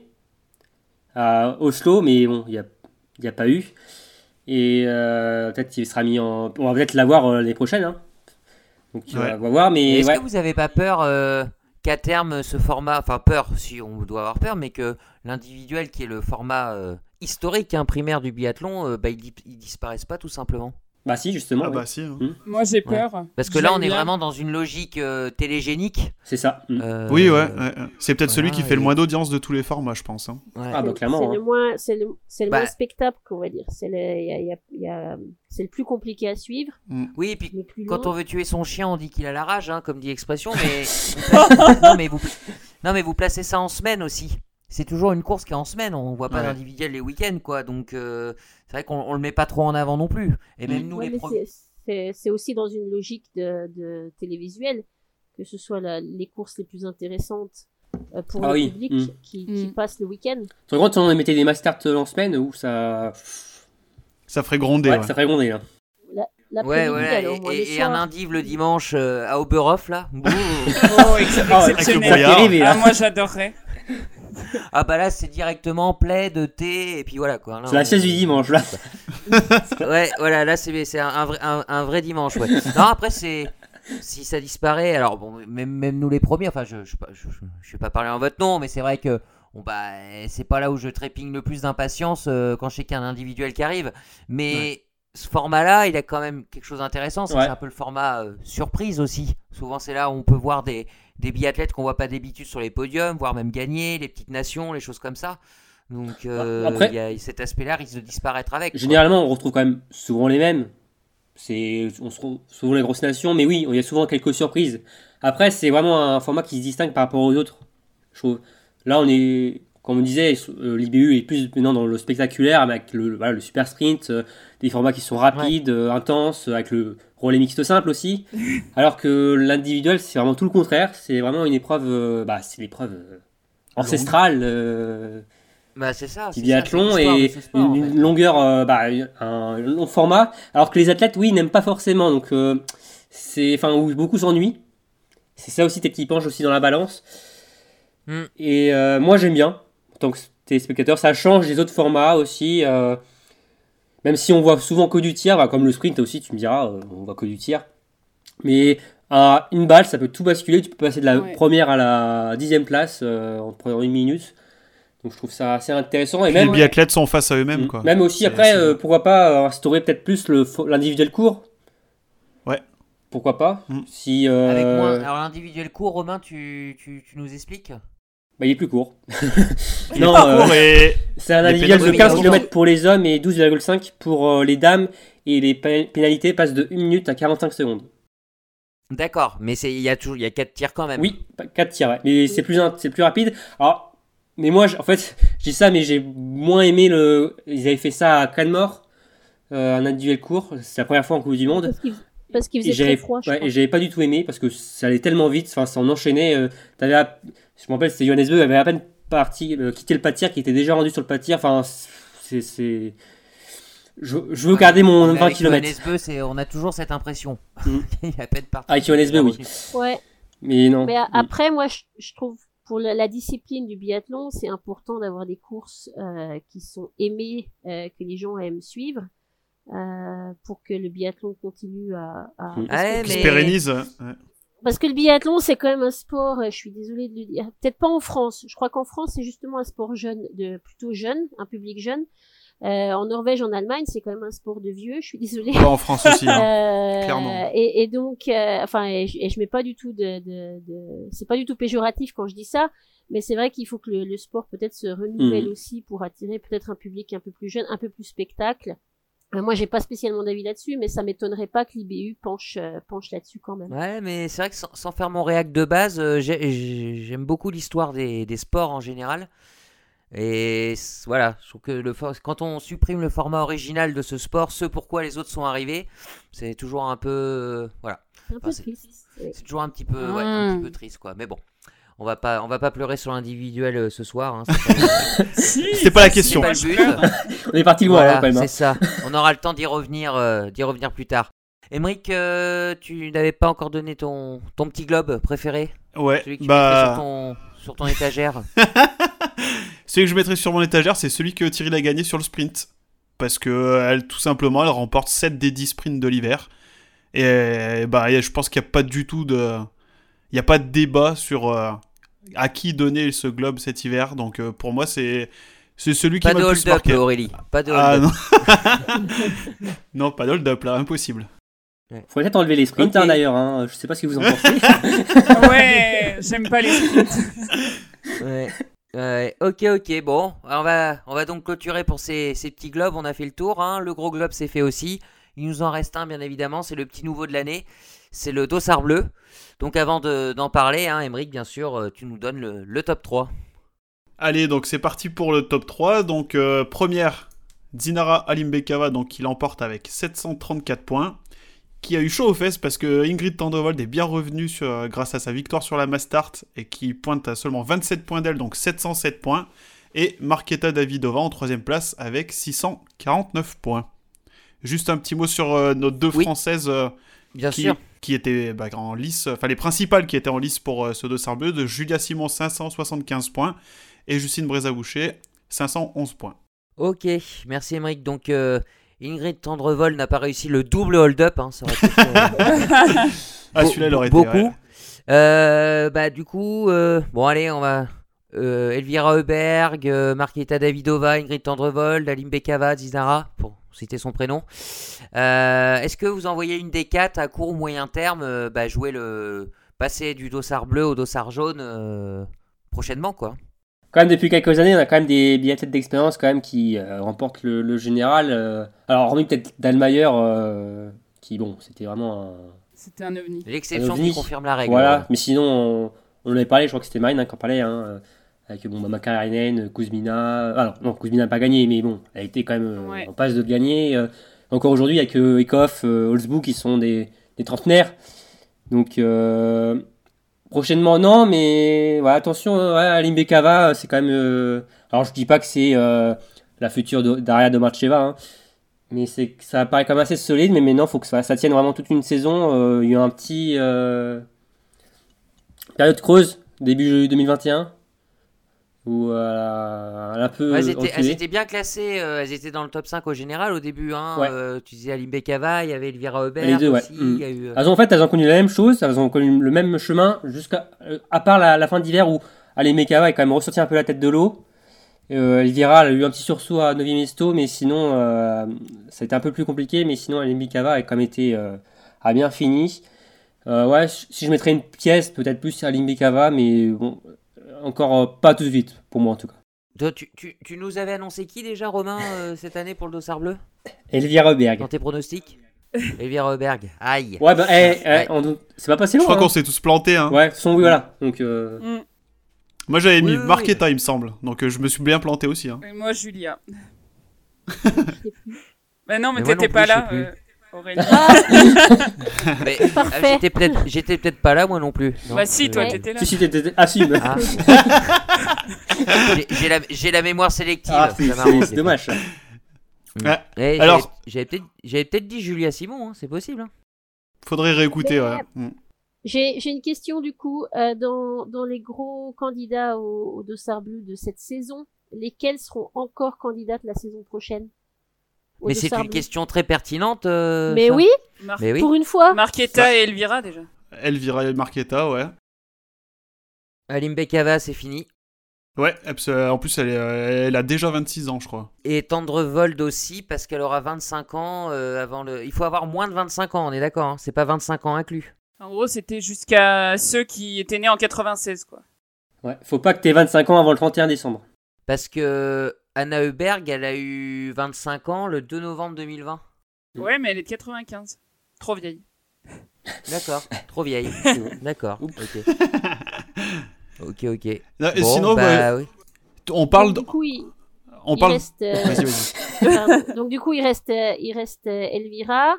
à Oslo, mais bon, il n'y a, il y a pas eu. Et euh, peut-être qu'il sera mis en. On va peut-être l'avoir euh, l'année prochaine. Hein. Donc Ouais. on va voir, mais Est-ce ouais. que vous avez pas peur euh, qu'à terme ce format, enfin peur, si on doit avoir peur, mais que l'individuel qui est le format euh, historique, hein, primaire du biathlon, euh, bah, il, di- il disparaisse pas tout simplement? Bah si, justement, Ah ouais. bah si. hein. Moi, j'ai peur. Parce que là, on est J'aime bien. vraiment dans une logique euh, télégénique. C'est ça. Hum. Euh, Oui, ouais. ouais, ouais. C'est peut-être celui voilà, qui fait le et- moins d'audience de tous les formats, je pense. hein. ouais. Ah bah c'est- clairement. C'est hein. le moins, c'est le, c'est le Bah- moins spectacle, qu'on va dire. C'est le, il y a- il y a- il y a- c'est le plus compliqué à suivre, Oui, et puis le plus quand long. on veut tuer son chien, on dit qu'il a la rage, hein, comme dit l'expression, mais... vous placez- non, mais vous... non, mais vous placez ça en semaine aussi. C'est toujours une course qui est en semaine, on voit pas Ouais. d'individuel les week-ends, quoi. Donc, euh, c'est vrai qu'on on le met pas trop en avant non plus. Et même Mm. nous, Ouais, les mais pro... c'est- c'est, c'est aussi dans une logique de, de télévisuel, que ce soit la- les courses les plus intéressantes euh, pour Ah le oui. public Mm. qui, qui Mm. passe le week-end. Sur le compte, on mettait des mass start en semaine où ça. Ça ferait gronder. Ouais, ouais. ça ferait gronder là. Ouais, L'après-midi, ouais, alors, et, moi, et- le et soir. un indive le dimanche euh, à Oberhof, là. Bouh. Oh, ex- Ah, exceptionnel. avec le brouillard. Rêvé, là. Ah, moi, j'adorerais. Ah bah là, c'est directement plaid, thé, et puis voilà, quoi. Là, C'est la on- sieste du dimanche là. Ouais, voilà, là c'est c'est un, un vrai, un, un vrai dimanche, ouais. Non, après c'est si ça disparaît, alors bon, même, même nous les premiers, enfin je je, sais pas- je, je, je vais pas parler en votre nom, mais c'est vrai que bon bah c'est pas là où je trépigne le plus d'impatience euh, quand je sais qu'il y a un individuel qui arrive, mais Ouais. ce format-là, il a quand même quelque chose d'intéressant, c'est que Ouais. c'est un peu le format euh, surprise aussi. Souvent c'est là où on peut voir des des biathlètes qu'on voit pas d'habitude sur les podiums, voire même gagner, les petites nations, les choses comme ça. Donc euh, Après- il y a cet aspect-là risque de disparaître avec. quoi. Généralement, on retrouve quand même souvent les mêmes. C'est, on se retrouve souvent les grosses nations, mais oui, il y a souvent quelques surprises. Après, c'est vraiment un format qui se distingue par rapport aux autres. Je trouve. Là, on est, comme on disait, euh, l'I B U est plus maintenant dans le spectaculaire avec le, voilà, le super sprint, euh, des formats qui sont rapides, euh, intenses, avec le relais mixte simple aussi. Alors que l'individuel, c'est vraiment tout le contraire. C'est vraiment une épreuve, euh, bah, c'est l'épreuve euh, ancestrale. euh, Bah c'est ça. Petit c'est ça, biathlon c'est l'histoire et de ce sport, en une, fait. une longueur, euh, bah, un long format, alors que les athlètes, oui, n'aiment pas forcément. Donc, euh, c'est, enfin, où beaucoup s'ennuient. C'est ça aussi, peut-être qui penche aussi dans la balance. Mm. Et euh, moi, j'aime bien, en tant que téléspectateur, ça change des autres formats aussi. euh, même si on voit souvent que du tir, bah, comme le sprint aussi, tu me diras, euh, on voit que du tir. Mais à une balle, ça peut tout basculer. Tu peux passer de la Ouais. première à la dixième place euh, en prenant une minute. Donc je trouve ça assez intéressant. Et Puis même, les biathlètes sont face à eux-mêmes, Mm. quoi. Même aussi, C'est après, assez- euh, pourquoi pas euh, instaurer peut-être plus le fo- l'individuel court. Ouais. Pourquoi pas Mm. Si, euh, Avec moins. Alors l'individuel court, Romain, tu, tu, tu nous expliques? bah, il est plus court. Il non, est pas euh, court et c'est un les individuel de pénalités, quinze oui, kilomètres pour les hommes et douze virgule cinq pour euh, les dames. Et les pé- pénalités passent de une minute à quarante-cinq secondes. D'accord, mais c'est il y a toujours il y a quatre tirs quand même. Oui, quatre tirs, ouais. Mais c'est plus, in- c'est plus rapide. Alors, mais moi, j'- en fait, je dis ça, mais j'ai moins aimé le. Ils avaient fait ça à Canmore, euh, un individuel court. C'est la première fois en Coupe du Monde. Parce qu'il, parce qu'il Et faisait j'avais très froid, je ouais, crois. et j'avais pas du tout aimé parce que ça allait tellement vite, enfin ça en enchaînait. Euh, t'avais à- je me rappelle, c'était Johannes Beu, avait à peine parti, euh, quitté le pas de tir, qui était déjà rendu sur le pas de tir. Enfin, c'est, c'est... je, je veux garder mon Mais vingt avec kilomètres. Johannes Beu, c'est, on a toujours cette impression. Mm. Il a peine parti. Avec Johannes Beu, oui. Ouais. Mais non. Mais a- Oui. après, moi, je, je trouve pour la, la discipline du biathlon, c'est important d'avoir des courses euh, qui sont aimées, euh, que les gens aiment suivre, euh, pour que le biathlon continue à. à... Mm. parce que- Ouais, Qui se mais- pérennise. Ouais. Parce que le biathlon, c'est quand même un sport. euh, Je suis désolée de le dire. Peut-être pas en France. Je crois qu'en France, c'est justement un sport jeune, de plutôt jeune, un public jeune. Euh, en Norvège, en Allemagne, c'est quand même un sport de vieux. Je suis désolée. Pas en France aussi. Hein. Euh, clairement. Et, et donc, euh, enfin, et je, et je mets pas du tout de, de, de c'est pas du tout péjoratif quand je dis ça, mais c'est vrai qu'il faut que le, le sport peut-être se renouvelle Mhm. aussi pour attirer peut-être un public un peu plus jeune, un peu plus spectacle. Euh, moi, j'ai pas spécialement d'avis là-dessus, mais ça m'étonnerait pas que l'I B U penche euh, penche là-dessus quand même. Ouais, mais c'est vrai que sans, sans faire mon réac de base, euh, j'ai- j'ai- j'aime beaucoup l'histoire des, des sports en général. Et c- voilà, je trouve que le for- quand on supprime le format original de ce sport, ce pourquoi les autres sont arrivés, c'est toujours un peu, euh, voilà, C'est un peu Ah, c'est- triste. ouais. c'est toujours un petit peu, ouais, un Mm. petit peu triste quoi. Mais bon, on va pas, on va pas pleurer sur l'individuel euh, ce soir. Hein, c'est pas, Si, C'était pas la si, question. c'est pas si, le je but. pleure. On est parti loin, Voilà, hein, quand même. hein. c'est ça. On aura le temps d'y revenir, euh, d'y revenir plus tard. Émeric, euh, tu n'avais pas encore donné ton, ton petit globe préféré, Ouais. celui que tu mettrais sur Bah. ton, sur ton étagère. Celui que je mettrais sur mon étagère, c'est celui que Thierry a gagné sur le sprint. Parce que elle, tout simplement, elle remporte sept des dix sprints de l'hiver. Et bah, je pense qu'il n'y a pas du tout de. Il n'y a pas de débat sur euh, à qui donner ce globe cet hiver. Donc euh, pour moi, c'est, c'est celui qui Pas m'a de le plus hold-up, marqué. Aurélie. Pas de Ah hold-up. non. Non, pas de hold-up là, impossible. Faut peut-être enlever les sprints Ok. hein, d'ailleurs. Hein. Je sais pas ce que vous en pensez. Ouais, j'aime pas les sprints. Ouais. Ouais, ok, ok, bon, on va, on va donc clôturer pour ces, ces petits globes, on a fait le tour, hein. Le gros globe c'est fait aussi, il nous en reste un bien évidemment, c'est le petit nouveau de l'année, c'est le dossard bleu, donc avant de, d'en parler, hein, Émeric, bien sûr, euh, tu nous donnes le, le top trois. Allez, donc c'est parti pour le top trois. Donc euh, première, Dinara Alimbekova, donc qui l'emporte avec sept cent trente-quatre points. Qui a eu chaud aux fesses parce que Ingrid Tandrevold est bien revenue sur, euh, grâce à sa victoire sur la Mastart et qui pointe à seulement vingt-sept points d'elle, donc sept cent sept points. Et Marketa Davidova en troisième place avec six cent quarante-neuf points. Juste un petit mot sur euh, nos deux Oui. Françaises euh, Bien qui, sûr. qui étaient bah, en lice, enfin les principales qui étaient en lice pour euh, ce dossard bleu, de Julia Simon cinq cent soixante-quinze points et Justine Brézaboucher cinq cent onze points. Ok, merci Émeric, donc euh, Ingrid Tendrevol n'a pas réussi le double hold-up, hein, ça aurait été euh, Ah Be- celui-là il aurait été... beaucoup. ouais. Euh, bah du coup, euh, bon allez, on va euh, Elvira Heuberg, euh, Marketa Davidova, Ingrid Tendrevold, Alim Bekava, Dinara, pour citer son prénom. Euh, est-ce que vous envoyez une des quatre à court ou moyen terme, euh, bah, jouer le passer du dossard bleu au dossard jaune euh, prochainement quoi? Quand même, depuis quelques années, on a quand même des biathlètes d'expérience quand même qui euh, remportent le, le général. euh. Alors, hormis peut-être Dallmayr, euh, qui, bon, c'était vraiment un... C'était un ovni. L'exception ovni. qui confirme la règle. Voilà, mais sinon, on, on en avait parlé, je crois que c'était Marine hein, qui en parlait, hein, euh, avec bon, bah, Makarinen, Kuzmina. Alors, non, Kuzmina n'a pas gagné, mais bon, elle a été quand même euh, Ouais. en passe de gagner. euh. Encore aujourd'hui, il n'y a que Ekoff, euh, Holzboe qui sont des, des trentenaires. Donc, euh, prochainement, non, mais ouais, attention, ouais, Alim Bekava, c'est quand même. euh, alors, je dis pas que c'est euh, la future de- Daria Domarcheva, hein, mais c'est, ça paraît quand même assez solide. Mais maintenant, il faut que ça, ça tienne vraiment toute une saison. Euh, il y a eu un petit. Euh, période creuse, début deux mille vingt et un, où euh, elle a un peu. Ouais, elles, étaient, elles reculé. étaient bien classées, euh, elles étaient dans le top cinq au général au début. Hein, Ouais. euh, tu disais Alim Bekava, il y avait Elvira Heuberg Les deux, ouais. aussi. Mm. Il y a eu, euh, Elles ont, en fait, elles ont connu la même chose, elles ont connu le même chemin, jusqu'à, euh, à part la, la fin d'hiver où Alim Bekava est quand même ressorti un peu la tête de l'eau. Euh, Elvira elle a eu un petit sursaut à neuvième Esto, mais sinon, euh, ça a été un peu plus compliqué. Mais sinon, Alim Bekava a quand même été euh, a bien fini. Euh, ouais, si je mettrais une pièce, peut-être plus à Alim Bekava, mais bon, encore euh, pas tout de suite, pour moi en tout cas. Toi, tu, tu, tu nous avais annoncé qui déjà, Romain, euh, cette année pour le dossard bleu Elvira Heuberg. dans tes pronostics? Elvira Heuberg. Aïe. Ouais, bah, eh, eh, Ouais. on- c'est pas passé Je loin. crois hein. qu'on s'est tous plantés. Hein. Ouais, son oui, voilà. Donc, euh, Mm. Moi j'avais mis Oui, oui, Marketa il me semble, donc euh, je me suis bien planté aussi. Hein. Et moi, Julia. Je sais plus. Bah non, mais, Mais moi t'étais non pas plus, je là, sais euh, Aurélie. Mais, Parfait. euh, j'étais peut-être, j'étais peut-être pas là, moi non plus. Non, Bah si, toi, euh, t'étais là. si, si, t'étais- t'étais- assume. Ah. j'ai, j'ai la, j'ai la mémoire sélective. Ah, c'est, ça m'arrange, c'est- c'est des dommage. ça. Ah, Eh, alors- j'avais, j'avais peut-être, j'avais peut-être dit Julia Simon, hein, c'est possible. Hein. Faudrait réécouter, Mais- ouais. Mm. J'ai j'ai une question du coup. Euh, dans, dans les gros candidats au, au Dossard Bleu de cette saison, lesquels seront encore candidates la saison prochaine au Mais c'est Dossard une Bleu? question très pertinente. euh, Mais ça. oui, Mar- Mais oui. pour une fois. Marquetta et Elvira déjà. Elvira Marquetta, ouais. Alim Bekava, c'est fini. Ouais, parce que, en plus, elle, est, euh, elle a déjà vingt-six ans, je crois. Et Tendrevold aussi, parce qu'elle aura vingt-cinq ans euh, avant le. Il faut avoir moins de vingt-cinq ans, on est d'accord. Hein, c'est pas vingt-cinq ans inclus. En gros, c'était jusqu'à ceux qui étaient nés en quatre-vingt-seize, quoi. Ouais, faut pas que t'aies vingt-cinq ans avant le trente et un décembre. Parce que Anna Heuberg, elle a eu vingt-cinq ans le deux novembre deux mille vingt. Mm. Ouais, mais elle est de quatre-vingt-quinze. Trop vieille. D'accord, trop vieille. D'accord, Oups. ok. Ok, ok. Là, et Bon, sinon, bah, bah, oui. on parle... Donc, de- du coup, il, On il parle... reste. euh, Vas-y, vas-y. pardon. Donc du coup, il reste, euh, il reste euh, Elvira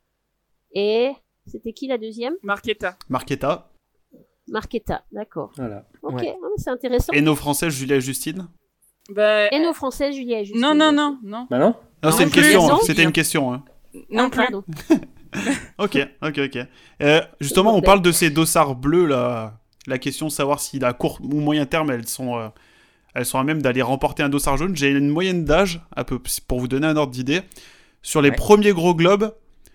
et c'était qui la deuxième? Marquetta. Marquetta. Marquetta, d'accord. Voilà. Ok, Ouais. ah, c'est intéressant. Et nos Françaises, Julia et Justine. Bah, Et nos Françaises, Julia et Justine. non, non, non, non. Bah non. Non, Non, c'est une plus. question. Non. C'était une question. Hein. Non Ah, plus. pardon. Ok, ok, ok. Euh, justement, on bordel. parle de ces dossards bleus là. La question de savoir si à court ou moyen terme elles sont, euh, elles sont à même d'aller remporter un dossard jaune. J'ai une moyenne d'âge, à peu, pour vous donner un ordre d'idée, sur les Ouais. premiers gros globes,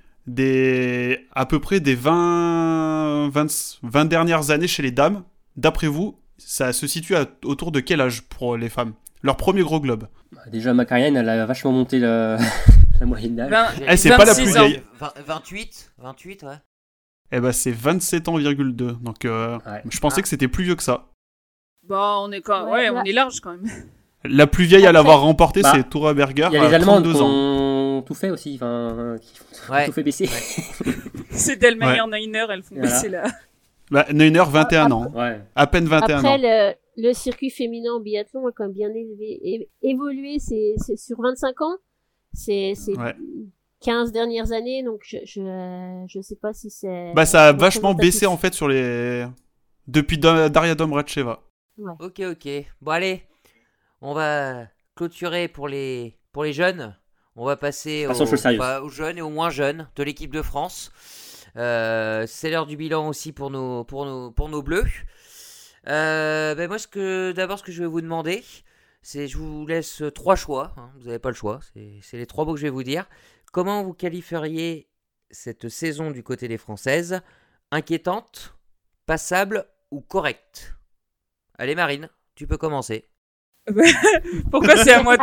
des à peu près des vingt, vingt, vingt dernières années chez les dames. D'après vous, ça se situe à- autour de quel âge pour les femmes? Leur premier gros globe. Bah, déjà, Macarienne, elle a vachement monté la, la moyenne d'âge. vingt- Eh, c'est pas la vingt-six plus ans. vieille. vingt- vingt-huit vingt-huit, ouais. Eh ben, c'est vingt-sept ans virgule deux. Donc, euh, Ouais. je pensais Ah. que c'était plus vieux que ça. Bah, on est quand Ouais, ouais, là- on est large quand même. La plus vieille à Après- l'avoir remporté, Bah, c'est Tora Berger Il y a les à Allemandes trente-deux qui ans. ont tout fait aussi, enfin, qui ont Ouais. tout fait baisser. C'est Delmeyer, Neiner, elles font Voilà. baisser là. Bah, Neuner, vingt et un Ah, ans. Ouais. À peine vingt et un Après, ans. le, le circuit féminin en biathlon a quand même bien élevé, é- évolué. C'est c'est sur vingt-cinq ans. C'est c'est Ouais. quinze dernières années, donc je je je sais pas si c'est. Bah, ça a vachement représentatif. baissé en fait sur les. Depuis Da- Daria Domracheva. Ok, ok. Bon, allez, on va clôturer pour les, pour les jeunes. On va passer Passons aux, sur le sérieux. bah, aux jeunes et aux moins jeunes de l'équipe de France. Euh, c'est l'heure du bilan aussi pour nos, pour nos, pour nos bleus. Euh, ben moi, ce que, d'abord, ce que je vais vous demander, c'est je vous laisse trois choix. Hein, vous n'avez pas le choix. C'est, c'est les trois mots que je vais vous dire. Comment vous qualifieriez cette saison du côté des Françaises? Inquiétante, passable ou correcte? Allez, Marine, tu peux commencer. Pourquoi c'est à moi de...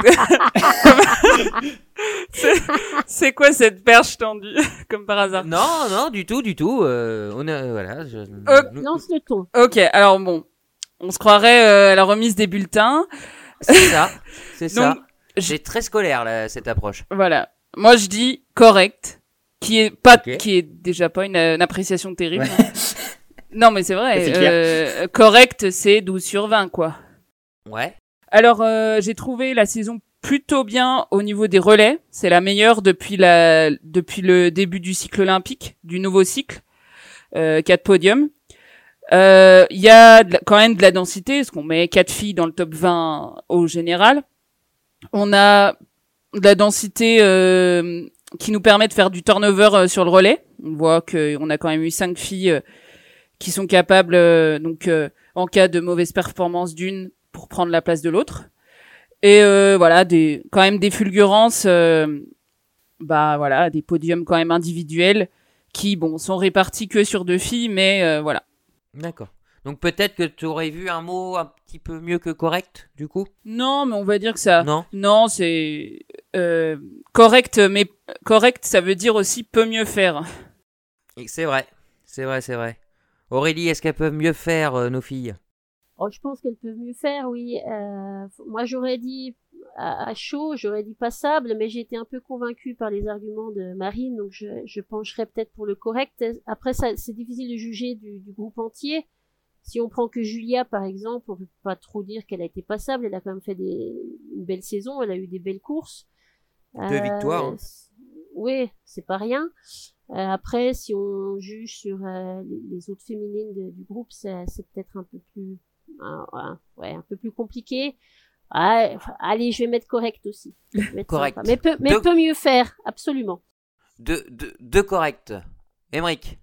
c'est... c'est quoi cette perche tendue, comme par hasard? Non, non, du tout, du tout. euh, on a, voilà. je- Ok. nous- Lance le ton. Ok, alors bon, on se croirait euh, à la remise des bulletins. c'est ça, c'est ça. Donc, C'est très scolaire là, cette approche. Voilà. Moi, je dis correct, qui est pas, Ok. qui est déjà pas une, une appréciation terrible. Ouais. hein. Non, mais c'est vrai. C'est clair. euh, correct, c'est douze sur vingt, quoi. Ouais. Alors, euh, j'ai trouvé la saison plutôt bien au niveau des relais. C'est la meilleure depuis la, depuis le début du cycle olympique, du nouveau cycle. Euh, quatre podiums. Euh, Il y a de la- quand même de la densité, parce qu'on met quatre filles dans le top vingt au général. On a de la densité euh, qui nous permet de faire du turnover euh, sur le relais. On voit qu'on a quand même eu cinq filles euh, qui sont capables, euh, donc euh, en cas de mauvaise performance d'une, pour prendre la place de l'autre. Et euh, voilà, des quand même des fulgurances, euh, bah voilà, des podiums quand même individuels qui bon sont répartis que sur deux filles, mais euh, voilà. D'accord. Donc peut-être que tu aurais vu un mot un petit peu mieux que correct, du coup. Non, mais on va dire que ça. Non. Non, c'est euh, correct, mais correct, ça veut dire aussi peut mieux faire. Et c'est vrai, c'est vrai, c'est vrai. Aurélie, est-ce qu'elles peuvent mieux faire euh, nos filles? Oh, je pense qu'elles peuvent mieux faire, oui. Euh, moi, j'aurais dit à, à chaud, j'aurais dit passable, mais j'ai été un peu convaincue par les arguments de Marine, donc je, je pencherais peut-être pour le correct. Après, ça, c'est difficile de juger du, du groupe entier. Si on prend que Julia, par exemple, on peut pas trop dire qu'elle a été passable. Elle a quand même fait des, une belle saison, elle a eu des belles courses. Deux victoires, hein. c'est- Oui, c'est pas rien. Euh, après, si on juge sur euh, les, les autres féminines de- du groupe, c'est, c'est peut-être un peu plus, un, un- ouais, un peu plus compliqué. Ah, allez, je vais mettre correct aussi. Mettre Correct. sympa. Mais peut, mais De- peut mieux faire, absolument. Deux, deux, deux corrects. Émeric.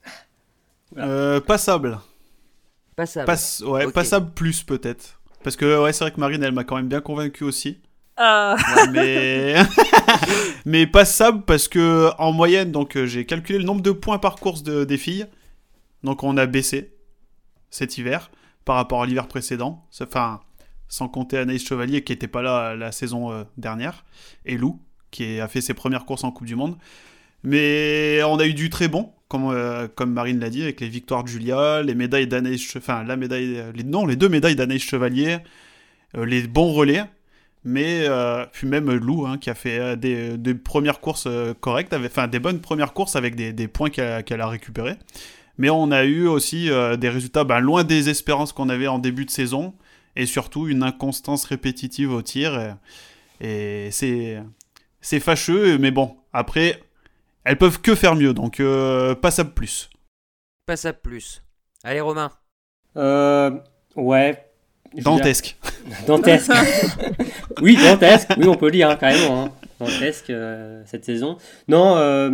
Euh, passable. Passable. Pass- ouais, Ok. Passable plus peut-être. Parce que ouais, c'est vrai que Marine, elle m'a quand même bien convaincu aussi. Ah. Ouais, mais mais passable parce que en moyenne, donc euh, j'ai calculé le nombre de points par course de, des filles. Donc on a baissé cet hiver par rapport à l'hiver précédent. Enfin, sans compter Anaïs Chevalier qui n'était pas là la saison euh, dernière et Lou qui a fait ses premières courses en Coupe du Monde. Mais on a eu du très bon, comme, euh, comme Marine l'a dit, avec les victoires de Julia, les médailles d'Anaïs, Che- enfin la médaille, les, non, les deux médailles d'Anaïs Chevalier, euh, les bons relais, mais euh, puis même Lou hein, qui a fait euh, des, des premières courses euh, correctes, avec- enfin des bonnes premières courses avec des, des points qu'elle a, qu'elle a récupérés. Mais on a eu aussi euh, des résultats ben, loin des espérances qu'on avait en début de saison, et surtout une inconstance répétitive au tir, et, et c'est, c'est fâcheux, mais bon, après... Elles peuvent que faire mieux, donc euh, passable plus. Passable plus. Allez, Romain. Euh, ouais. Je Dantesque. dirais- Dantesque. Oui, dantesque. Oui, on peut le dire, hein, carrément. Hein. Dantesque, euh, cette saison. Non, euh,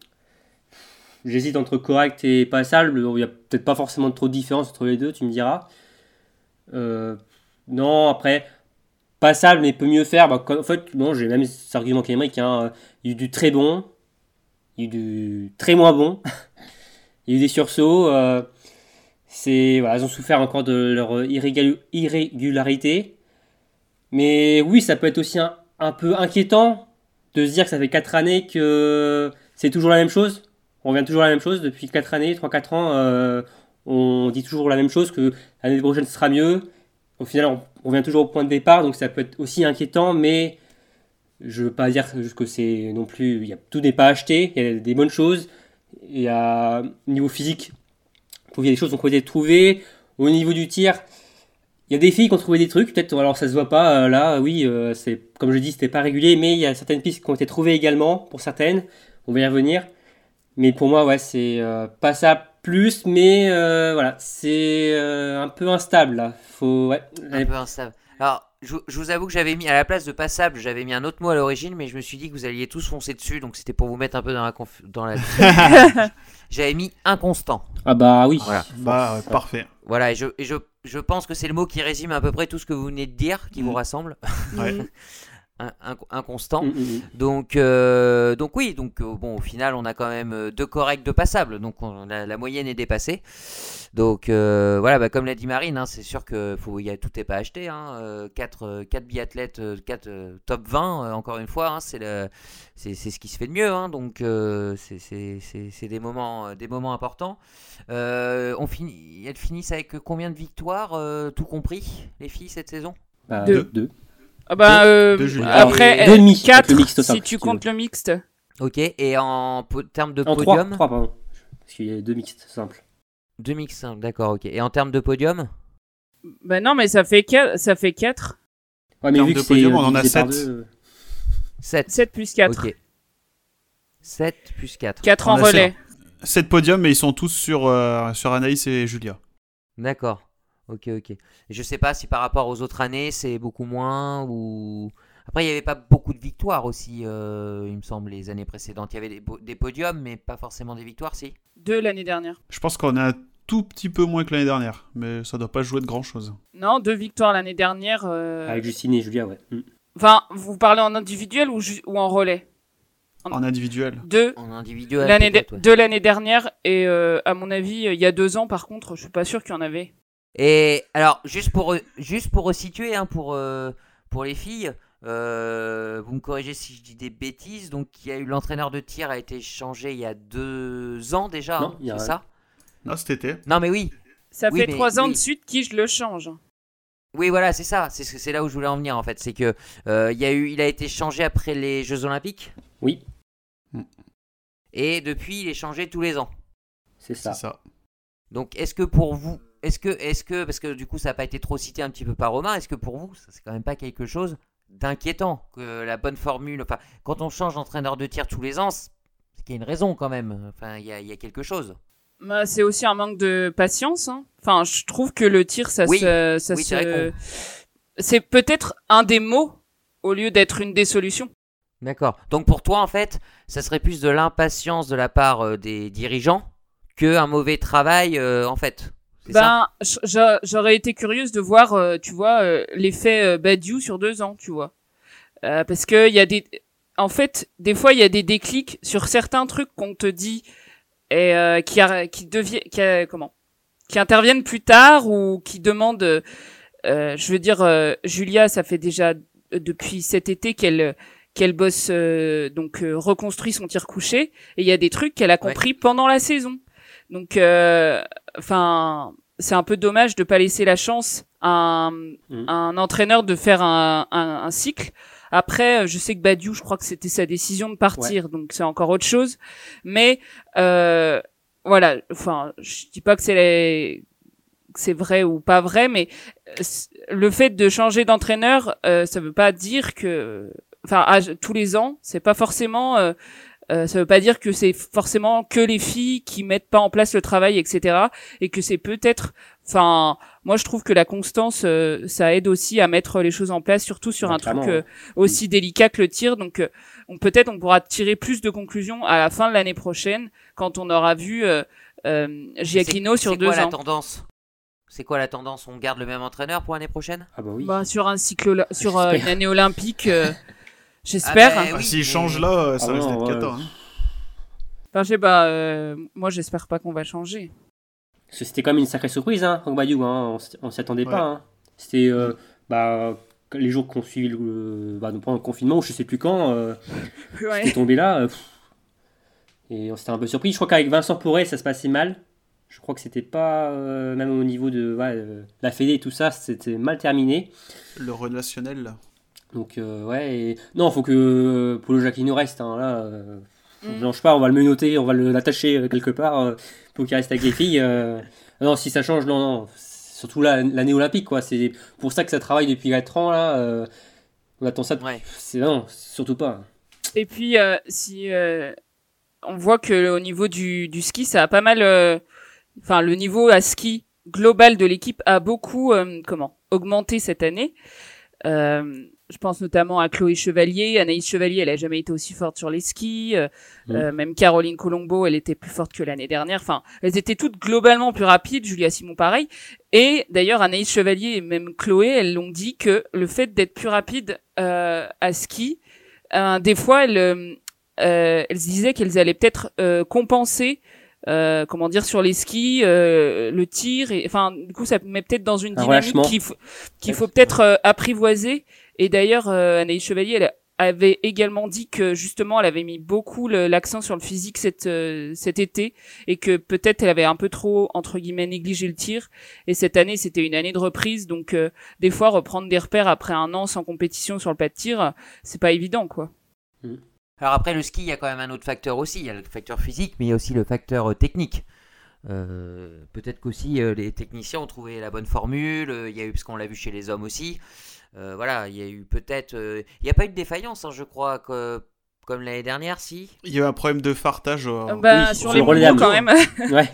j'hésite entre correct et passable. Il n'y a peut-être pas forcément trop de différence entre les deux, tu me diras. Euh, non, après, passable, mais peut mieux faire. Bah, quand- en fait, non, j'ai même cet argument qu'Émeric. Hein. Il y a eu du très bon. Il y a eu du très moins bon. Il y a eu des sursauts. Euh, c'est, voilà, ils ont souffert encore de leur irrégal- irrégularité. Mais oui, ça peut être aussi un, un peu inquiétant de se dire que ça fait quatre années que c'est toujours la même chose. On revient toujours à la même chose depuis quatre années, trois quatre ans. Euh, on dit toujours la même chose, que l'année prochaine ce sera mieux. Au final, on, on revient toujours au point de départ. Donc ça peut être aussi inquiétant, mais... Je veux pas dire que c'est non plus... Il y a, tout n'est pas acheté, il y a des bonnes choses. Il y a, au niveau physique, il y a des choses qui ont été trouvées. Au niveau du tir, il y a des filles qui ont trouvé des trucs. Peut-être, alors ça se voit pas, euh, là, oui, euh, c'est, comme je dis, c'était pas régulier. Mais il y a certaines pistes qui ont été trouvées également, pour certaines. On va y revenir. Mais pour moi, ouais, c'est euh, pas ça plus, mais euh, voilà, c'est euh, un peu instable, là. Faut, ouais, Un peu instable. Alors, je, je vous avoue que j'avais mis, à la place de passable, j'avais mis un autre mot à l'origine, mais je me suis dit que vous alliez tous foncer dessus, donc c'était pour vous mettre un peu dans la... Conf... dans la... J'avais mis inconstant. Ah bah oui. Voilà. Bah, ouais, parfait. Voilà, et, je, et je, je pense que c'est le mot qui résume à peu près tout ce que vous venez de dire, qui Mm. vous rassemble. Ouais. Un- un- inconstant. Mm, mm, mm. Donc, euh, donc oui, donc euh, bon, au final, on a quand même euh, deux corrects, deux passables, donc on a- la moyenne est dépassée. Donc euh, voilà, bah, comme l'a dit Marine, hein, c'est sûr que faut, y a, tout n'est pas acheté. Hein, euh, quatre, euh, quatre biathlètes, euh, quatre euh, top vingt, euh, encore une fois, hein, c'est, le, c'est, c'est ce qui se fait de mieux. Hein, donc euh, c'est, c'est, c'est, c'est des moments, euh, des moments importants. Euh, on finit, elles finissent avec combien de victoires, euh, tout compris, les filles, cette saison? Bah, Deux. deux. Ah bah, euh, de Julia. après, Deux demi, quatre, avec le mixte au si simple, tu si tu comptes le mixte. Ok, et en po- termes de En trois, podium? trois, pardon. Parce qu'il y a deux mixtes simples. Deux mix, hein, d'accord, ok. Et en termes de podium? Bah non, mais ça fait quatre. Ça fait quatre. Ouais, mais termes vu de que c'est podium, euh, on en a divisé par sept. deux, euh, sept. sept plus quatre. Ok. sept plus quatre. quatre On en a relais. sept podiums, mais ils sont tous sur, euh, sur Anaïs et Julia. D'accord. Ok, ok. Et je sais pas si par rapport aux autres années, c'est beaucoup moins ou... Après, il n'y avait pas beaucoup de victoires aussi, euh, il me semble, les années précédentes. Il y avait des, bo- des podiums, mais pas forcément des victoires, si. Deux l'année dernière. Je pense qu'on a un tout petit peu moins que l'année dernière, mais ça doit pas jouer de grand chose. Non, deux victoires l'année dernière. euh, Avec Justine et Julia, ouais. Mm. Enfin, vous parlez en individuel ou, ju- ou en relais? En individuel. Deux. En individuel, L'année de... peut-être, ouais. de l'année dernière et euh, à mon avis il y a deux ans par contre je suis pas sûr qu'il y en avait. Et alors, juste pour, juste pour resituer, hein, pour, euh, pour les filles, euh, vous me corrigez si je dis des bêtises, donc il y a eu l'entraîneur de tir a été changé il y a deux ans déjà, Non, hein, il y a c'est un- ça? Non, cet été. Non mais oui, Ça Oui, fait mais- trois ans oui. de suite qui je le change. oui voilà, c'est ça, c'est, c'est là où je voulais en venir en fait, c'est que euh, il y a eu, il a été changé après les Jeux Olympiques, Oui, et depuis il est changé tous les ans. c'est ça. C'est ça. Donc est-ce que pour vous, est-ce que, est-ce que, parce que du coup ça n'a pas été trop cité un petit peu par Romain, est-ce que pour vous, ça, c'est quand même pas quelque chose d'inquiétant que la bonne formule, enfin quand on change d'entraîneur de tir tous les ans, c'est qu'il y a une raison quand même, enfin il y a, il y a quelque chose. Bah, c'est aussi un manque de patience. Hein. Enfin, je trouve que le tir, ça Oui. se, ça Oui, se, c'est vrai c'est peut-être un des mots au lieu d'être une des solutions. D'accord. Donc pour toi, en fait, ça serait plus de l'impatience de la part euh, des dirigeants qu'un mauvais travail, euh, en fait. C'est Ben, ça j'aurais été curieuse de voir, euh, tu vois, euh, l'effet euh, Badiou sur deux ans, tu vois. Euh, parce que il y a des, en fait, des fois il y a des déclics sur certains trucs qu'on te dit et euh, qui a, qui devient, qui a, comment, qui interviennent plus tard ou qui demandent. Euh, je veux dire, euh, Julia, ça fait déjà depuis cet été qu'elle qu'elle bosse, euh, donc euh, reconstruit son tir couché, et il y a des trucs qu'elle a compris ouais. pendant la saison. Donc, enfin, euh, c'est un peu dommage de pas laisser la chance à un, mmh. à un entraîneur de faire un, un, un cycle. Après, je sais que Badiou, je crois que c'était sa décision de partir, ouais. donc c'est encore autre chose. Mais euh, voilà, enfin, je dis pas que c'est les... que c'est vrai ou pas vrai, mais le fait de changer d'entraîneur, euh, ça veut pas dire que, enfin, à, tous les ans, c'est pas forcément. Euh, Euh, ça veut pas dire que c'est forcément que les filles qui mettent pas en place le travail, et cetera. Et que c'est peut-être, enfin, moi je trouve que la constance, euh, ça aide aussi à mettre les choses en place, surtout sur ouais, un truc euh, aussi délicat que le tir. Donc, euh, on, peut-être on pourra tirer plus de conclusions à la fin de l'année prochaine, quand on aura vu euh, euh, Giacchino sur deux ans. C'est quoi la tendance ? C'est quoi la tendance ? On garde le même entraîneur pour l'année prochaine ? Ah bah oui. Bah sur un cycle, sur euh, une année olympique. Euh, J'espère. Ah, bah, oui, S'il change là, ça ah risque d'être cata. Hein. Enfin, je sais pas, euh, moi j'espère pas qu'on va changer. Parce que c'était quand même une sacrée surprise, hein, Badiou, hein, on s'y attendait ouais. pas. Hein. C'était euh, bah, les jours qu'on suivi le, bah, pendant le confinement, ou je sais plus quand, euh, ouais. c'était tombé là. Euh, et on s'était un peu surpris. Je crois qu'avec Vincent Porret, ça se passait mal. Je crois que c'était pas, euh, même au niveau de ouais, euh, la Fédé et tout ça, c'était mal terminé. Le relationnel, là. Donc euh, ouais, et... non, faut que Paulo Giacchino reste. Hein, là, euh, on ne change pas, on va le menotter, on va l'attacher euh, quelque part euh, pour qu'il reste avec les filles. Euh... Non, si ça change, non, non. Surtout là, l'année olympique, quoi. C'est pour ça que ça travaille depuis quatre ans là. Euh... On attend ça. De... Ouais. C'est non, surtout pas. Et puis euh, si euh, on voit que au niveau du, du ski, ça a pas mal. Enfin, euh... le niveau à ski global de l'équipe a beaucoup euh, comment augmenté cette année. Euh, je pense notamment à Chloé Chevalier. Anaïs Chevalier, elle a jamais été aussi forte sur les skis. Euh, mmh. euh, même Caroline Colombo, elle était plus forte que l'année dernière. Enfin, elles étaient toutes globalement plus rapides. Julia Simon, pareil. Et d'ailleurs, Anaïs Chevalier et même Chloé, elles l'ont dit que le fait d'être plus rapide euh, à ski, euh, des fois, elles, euh, elles disaient qu'elles allaient peut-être euh, compenser. Euh, comment dire sur les skis, euh, le tir, et enfin du coup ça met peut-être dans une dynamique qu'il faut qu'il faut peut-être euh, apprivoiser. Et d'ailleurs euh, Anaïs Chevalier, elle avait également dit que justement elle avait mis beaucoup le, l'accent sur le physique cet euh, cet été, et que peut-être elle avait un peu trop entre guillemets négligé le tir. Et cette année c'était une année de reprise, donc euh, des fois reprendre des repères après un an sans compétition sur le pas de tir, c'est pas évident quoi. Mmh. Alors après le ski, il y a quand même un autre facteur aussi, il y a le facteur physique, mais il y a aussi le facteur euh, technique. Euh, peut-être qu'aussi euh, les techniciens ont trouvé la bonne formule, euh, il y a eu, parce qu'on l'a vu chez les hommes aussi, euh, voilà, il y a eu peut-être, euh, il n'y a pas eu de défaillance, hein, je crois, que, comme l'année dernière, si. Il y a eu un problème de fartage. Euh... Bah, oui, sur, sur les relais d'âme quand même. Ouais.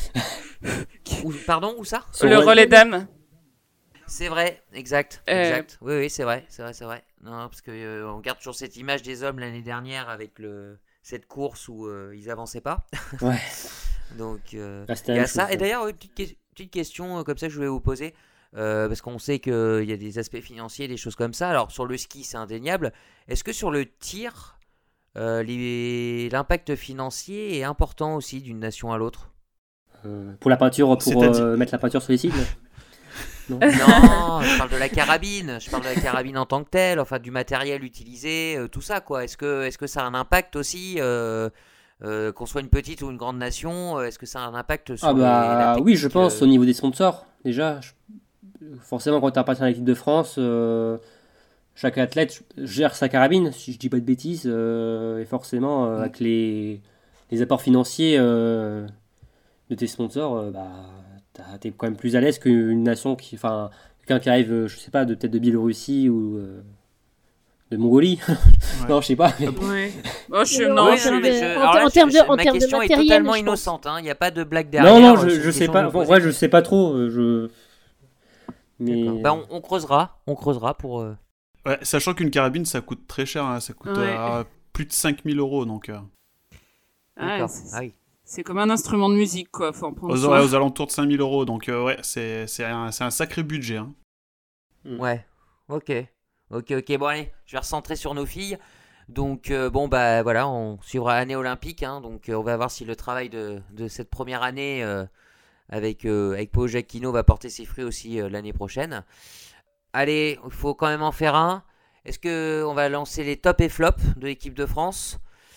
Où, pardon, où ça? Sur le relais d'âme. C'est vrai, exact, exact. Euh... Oui, oui, c'est vrai, c'est vrai, c'est vrai. Non, parce que euh, on garde toujours cette image des hommes l'année dernière avec le cette course où euh, ils avançaient pas. Ouais. Donc euh, ah, il y a ça. Chose, et d'ailleurs, une petite, petite question euh, comme ça que je voulais vous poser, euh, parce qu'on sait qu'il y a des aspects financiers, des choses comme ça. Alors sur le ski, c'est indéniable. Est-ce que sur le tir, euh, les... l'impact financier est important aussi d'une nation à l'autre? euh, Pour la peinture, pour euh, mettre la peinture sur les cibles. Non. non, je parle de la carabine, je parle de la carabine en tant que telle, enfin du matériel utilisé, euh, tout ça quoi. Est-ce que, est-ce que ça a un impact aussi, euh, euh, qu'on soit une petite ou une grande nation, euh, est-ce que ça a un impact sur ah bah, les, oui, je pense euh... au niveau des sponsors. Déjà, je... forcément quand tu appartiens à l'équipe de France, euh, chaque athlète gère sa carabine, si je dis pas de bêtises, euh, et forcément euh, mmh. avec les, les apports financiers euh, de tes sponsors, euh, bah t'es quand même plus à l'aise qu'une nation qui, enfin, quelqu'un qui arrive, je sais pas, de peut-être de Biélorussie ou euh, de Mongolie. Ouais. Non, je sais pas. Mais... Ouais. Oh, je, non, je, mais je, alors là, en termes de, en ma termes question de est matériel, totalement innocente. Il hein, n'y a pas de blague derrière. Non, non, je, je sais pas. Bon, ouais, je sais pas trop. Je, Mais Bah, on, on creusera, on creusera pour. euh, Ouais, sachant qu'une carabine, ça coûte très cher, hein, ça coûte Ouais. euh, plus de cinq mille euros, donc euh, Ouais, D'accord. c'est, Ah oui. c'est comme un instrument de musique, quoi. Faut en prendre aux, soin. ouais, aux alentours de cinq mille euros, donc euh, ouais, c'est, c'est, un, c'est un sacré budget. Hein. Ouais. Ok. Ok, ok. Bon, allez, je vais recentrer sur nos filles. Donc, euh, bon, bah voilà, on suivra l'année olympique. Hein, donc, euh, on va voir si le travail de, de cette première année euh, avec, euh, avec Pau Jacquino va porter ses fruits aussi euh, l'année prochaine. Allez, il faut quand même en faire un. Est-ce qu'on va lancer les tops et flops de l'équipe de France?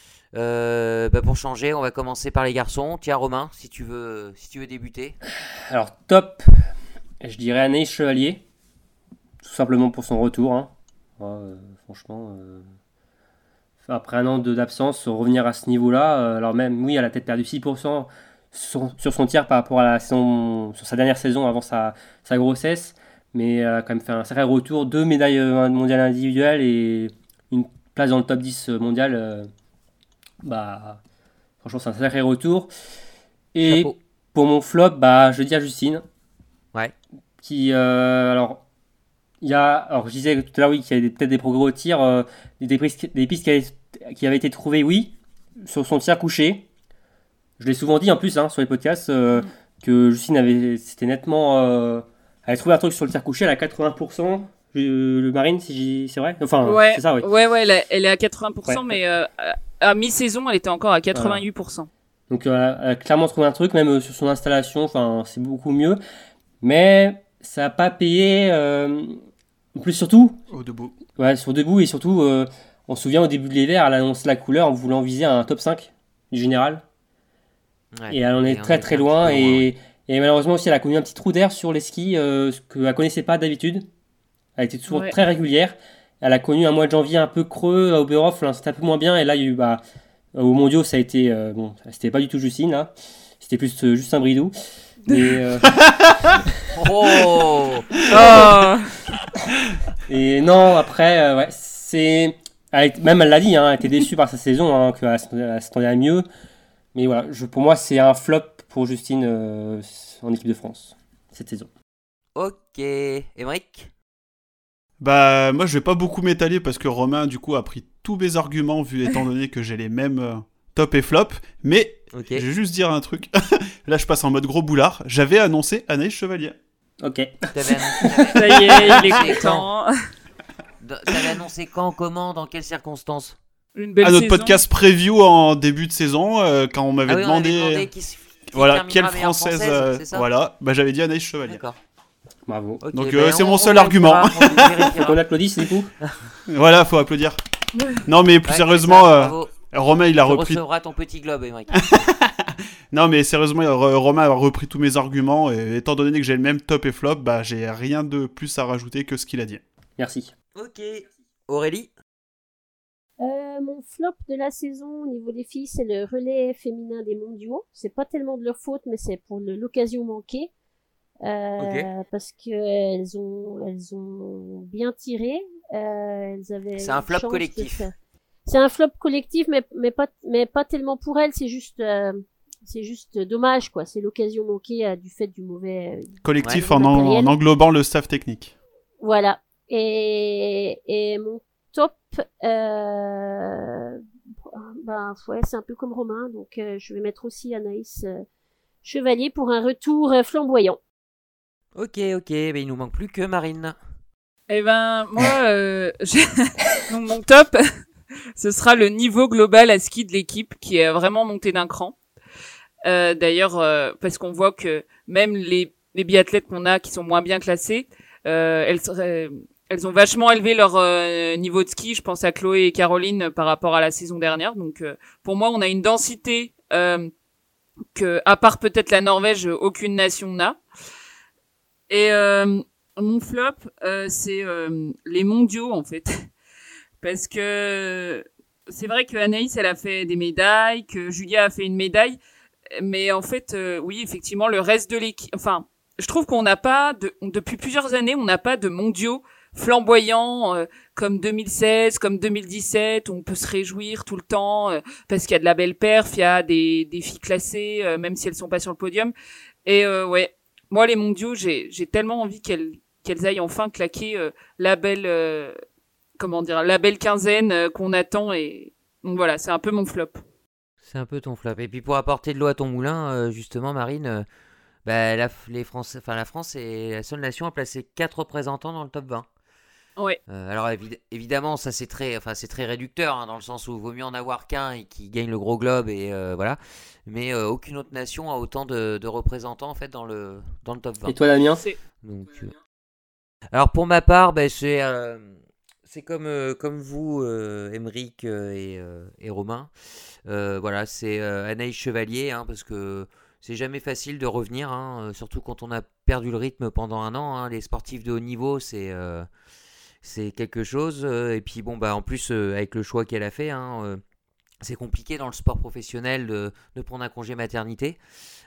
Euh, bah, pour changer, on va commencer par les garçons. Tiens, Romain, si tu veux, si tu veux débuter. alors top, je dirais Anaïs Chevalier, tout simplement pour son retour. Hein. Ouais, euh, franchement, euh, après un an de- d'absence, revenir à ce niveau-là, euh, alors même, oui, elle a peut-être perdu six pour cent sur, sur son tir par rapport à la saison, sur sa dernière saison avant sa, sa grossesse, mais elle a quand même fait un sacré retour, deux médailles euh, mondiales individuelles et une place dans le top dix mondial. euh, bah, franchement, c'est un sacré retour. Et Chapeau. pour mon flop, bah, je dis à Justine. Ouais. Qui, euh, alors, il y a, alors je disais tout à l'heure, oui, qu'il y avait des- peut-être des progrès au tir, euh, des, des pistes, des pistes qui, avaient, qui avaient été trouvées, oui, sur son tir couché. Je l'ai souvent dit en plus hein, sur les podcasts euh, Mm. que Justine avait, c'était nettement, euh, elle avait trouvé un truc sur le tir couché, elle a quatre-vingts pour cent. euh, le Marine, si j'y- c'est vrai. Enfin, Ouais, c'est ça, oui. ouais, ouais, elle, est- elle est à quatre-vingts pour cent, Ouais. mais euh, à- à mi-saison, elle était encore à quatre-vingt-huit pour cent. Donc euh, elle a clairement trouvé un truc, même euh, sur son installation, enfin c'est beaucoup mieux. Mais ça n'a pas payé. euh, En plus surtout, Au debout. ouais, sur debout et surtout, euh, on se souvient au début de l'hiver, elle a annoncé la couleur en voulant viser un top cinq du général. Ouais. Et elle en est on très était très un petit loin. peu Et, oui. et malheureusement aussi, elle a connu un petit trou d'air sur les skis, euh, ce qu'elle ne connaissait pas d'habitude. Elle était toujours Ouais. très régulière. Elle a connu un mois de janvier un peu creux à Oberhof, là, c'était un peu moins bien. Et là, il y a eu, bah, au mondiaux, ça a été. euh, bon, c'était pas du tout Justine, là. C'était plus euh, juste un bridou. Mais, euh, Oh Oh et non, après, euh, ouais, c'est. Elle est- même elle l'a dit, hein, elle était déçue par sa saison, hein, qu'elle s'attendait elle s'attendait à mieux. Mais voilà, je, pour moi, c'est un flop pour Justine euh, en équipe de France cette saison. Ok. Émeric? Bah, moi, je vais pas beaucoup m'étaler parce que Romain, du coup, a pris tous mes arguments, vu étant donné que j'ai les mêmes euh, top et flop. Mais Ok. je vais juste dire un truc. Là, je passe en mode gros boulard. J'avais annoncé Anaïs Chevalier. Ok. T'avais annoncé, Ça y est, il est C'est content. t'avais annoncé quand, comment, dans quelles circonstances? Une belle À notre saison. podcast preview en début de saison, euh, quand on m'avait Ah oui, on demandé, avait demandé qui, s- qui voilà, terminera quelle meilleure française, française, euh, c'est ça? voilà, bah j'avais dit Anaïs Chevalier. D'accord. Bravo. Ok, Donc, ben, euh, c'est on- mon on seul vérifiera, argument. on vérifiera. On applaudit, du coup. Voilà, faut applaudir. Non, mais plus Ouais, sérieusement, c'est ça, euh, bravo. Romain, il a Tu repris. recevras ton petit globe, Émeric. Non, mais sérieusement, euh, Romain a repris tous mes arguments. Et étant donné que j'ai le même top et flop, bah j'ai rien de plus à rajouter que ce qu'il a dit. Merci. Ok. Aurélie? Euh, mon flop de la saison au niveau des filles, c'est le relais féminin des mondiaux. C'est pas tellement de leur faute, mais c'est pour le- l'occasion manquée. Euh, Ok. Parce que elles ont, elles ont bien tiré. Euh, elles avaient C'est un une flop chance de collectif. faire- C'est un flop collectif, mais, mais pas, mais pas tellement pour elles. C'est juste, euh, c'est juste dommage, quoi. C'est l'occasion manquée euh, du fait du mauvais, euh, Collectif Ouais, en, le en, matériel. en englobant le staff technique. Voilà. Et, et mon top, euh, ben, ouais, c'est un peu comme Romain, donc euh, je vais mettre aussi Anaïs euh, Chevalier pour un retour euh, flamboyant. Ok, ok. Ben, il nous manque plus que Marine. Eh ben, moi, euh, j'ai- donc, mon top, ce sera le niveau global à ski de l'équipe qui est vraiment monté d'un cran. Euh, d'ailleurs, euh, parce qu'on voit que même les, les biathlètes qu'on a qui sont moins bien classés, euh, elles, seraient- elles ont vachement élevé leur euh, niveau de ski. Je pense à Chloé et Caroline euh, par rapport à la saison dernière. Donc, euh, pour moi, on a une densité euh, que, à part peut-être la Norvège, aucune nation n'a. Et euh, mon flop, euh, c'est euh, les mondiaux, en fait. Parce que c'est vrai que Anaïs, elle a fait des médailles, que Julia a fait une médaille. Mais en fait, euh, oui, effectivement, le reste de l'équipe... Enfin, je trouve qu'on n'a pas... De, depuis plusieurs années, on n'a pas de mondiaux flamboyants euh, comme deux mille seize, comme deux mille dix-sept, où on peut se réjouir tout le temps euh, parce qu'il y a de la belle perf, il y a des, des filles classées, euh, même si elles sont pas sur le podium. Et euh, ouais, moi, les mondiaux, j'ai, j'ai tellement envie qu'elles qu'elles aillent enfin claquer euh, la belle, euh, comment dire, la belle quinzaine euh, qu'on attend. Et donc voilà, c'est un peu mon flop. C'est un peu ton flop. Et puis pour apporter de l'eau à ton moulin, euh, justement, Marine, euh, bah, la, les Français, enfin, la France est la seule nation à placer quatre représentants dans le top vingt. Ouais. Euh, alors évi- évidemment, ça c'est très, enfin, c'est très réducteur, hein, dans le sens où il vaut mieux en avoir qu'un et qui gagne le gros globe, et euh, voilà. Mais euh, aucune autre nation a autant de, de représentants en fait dans le, dans le top vingt. Et toi, Damien? C'est... Donc, euh, alors pour ma part, ben, c'est, euh, c'est comme, euh, comme vous, euh, Émeric euh, et, euh, et Romain. Euh, voilà, c'est euh, Anaïs Chevalier, hein, parce que c'est jamais facile de revenir, hein, euh, surtout quand on a perdu le rythme pendant un an, hein. Les sportifs de haut niveau, c'est, euh, c'est quelque chose. euh, et puis bon, bah en plus euh, avec le choix qu'elle a fait, hein, euh, c'est compliqué dans le sport professionnel de, de prendre un congé maternité.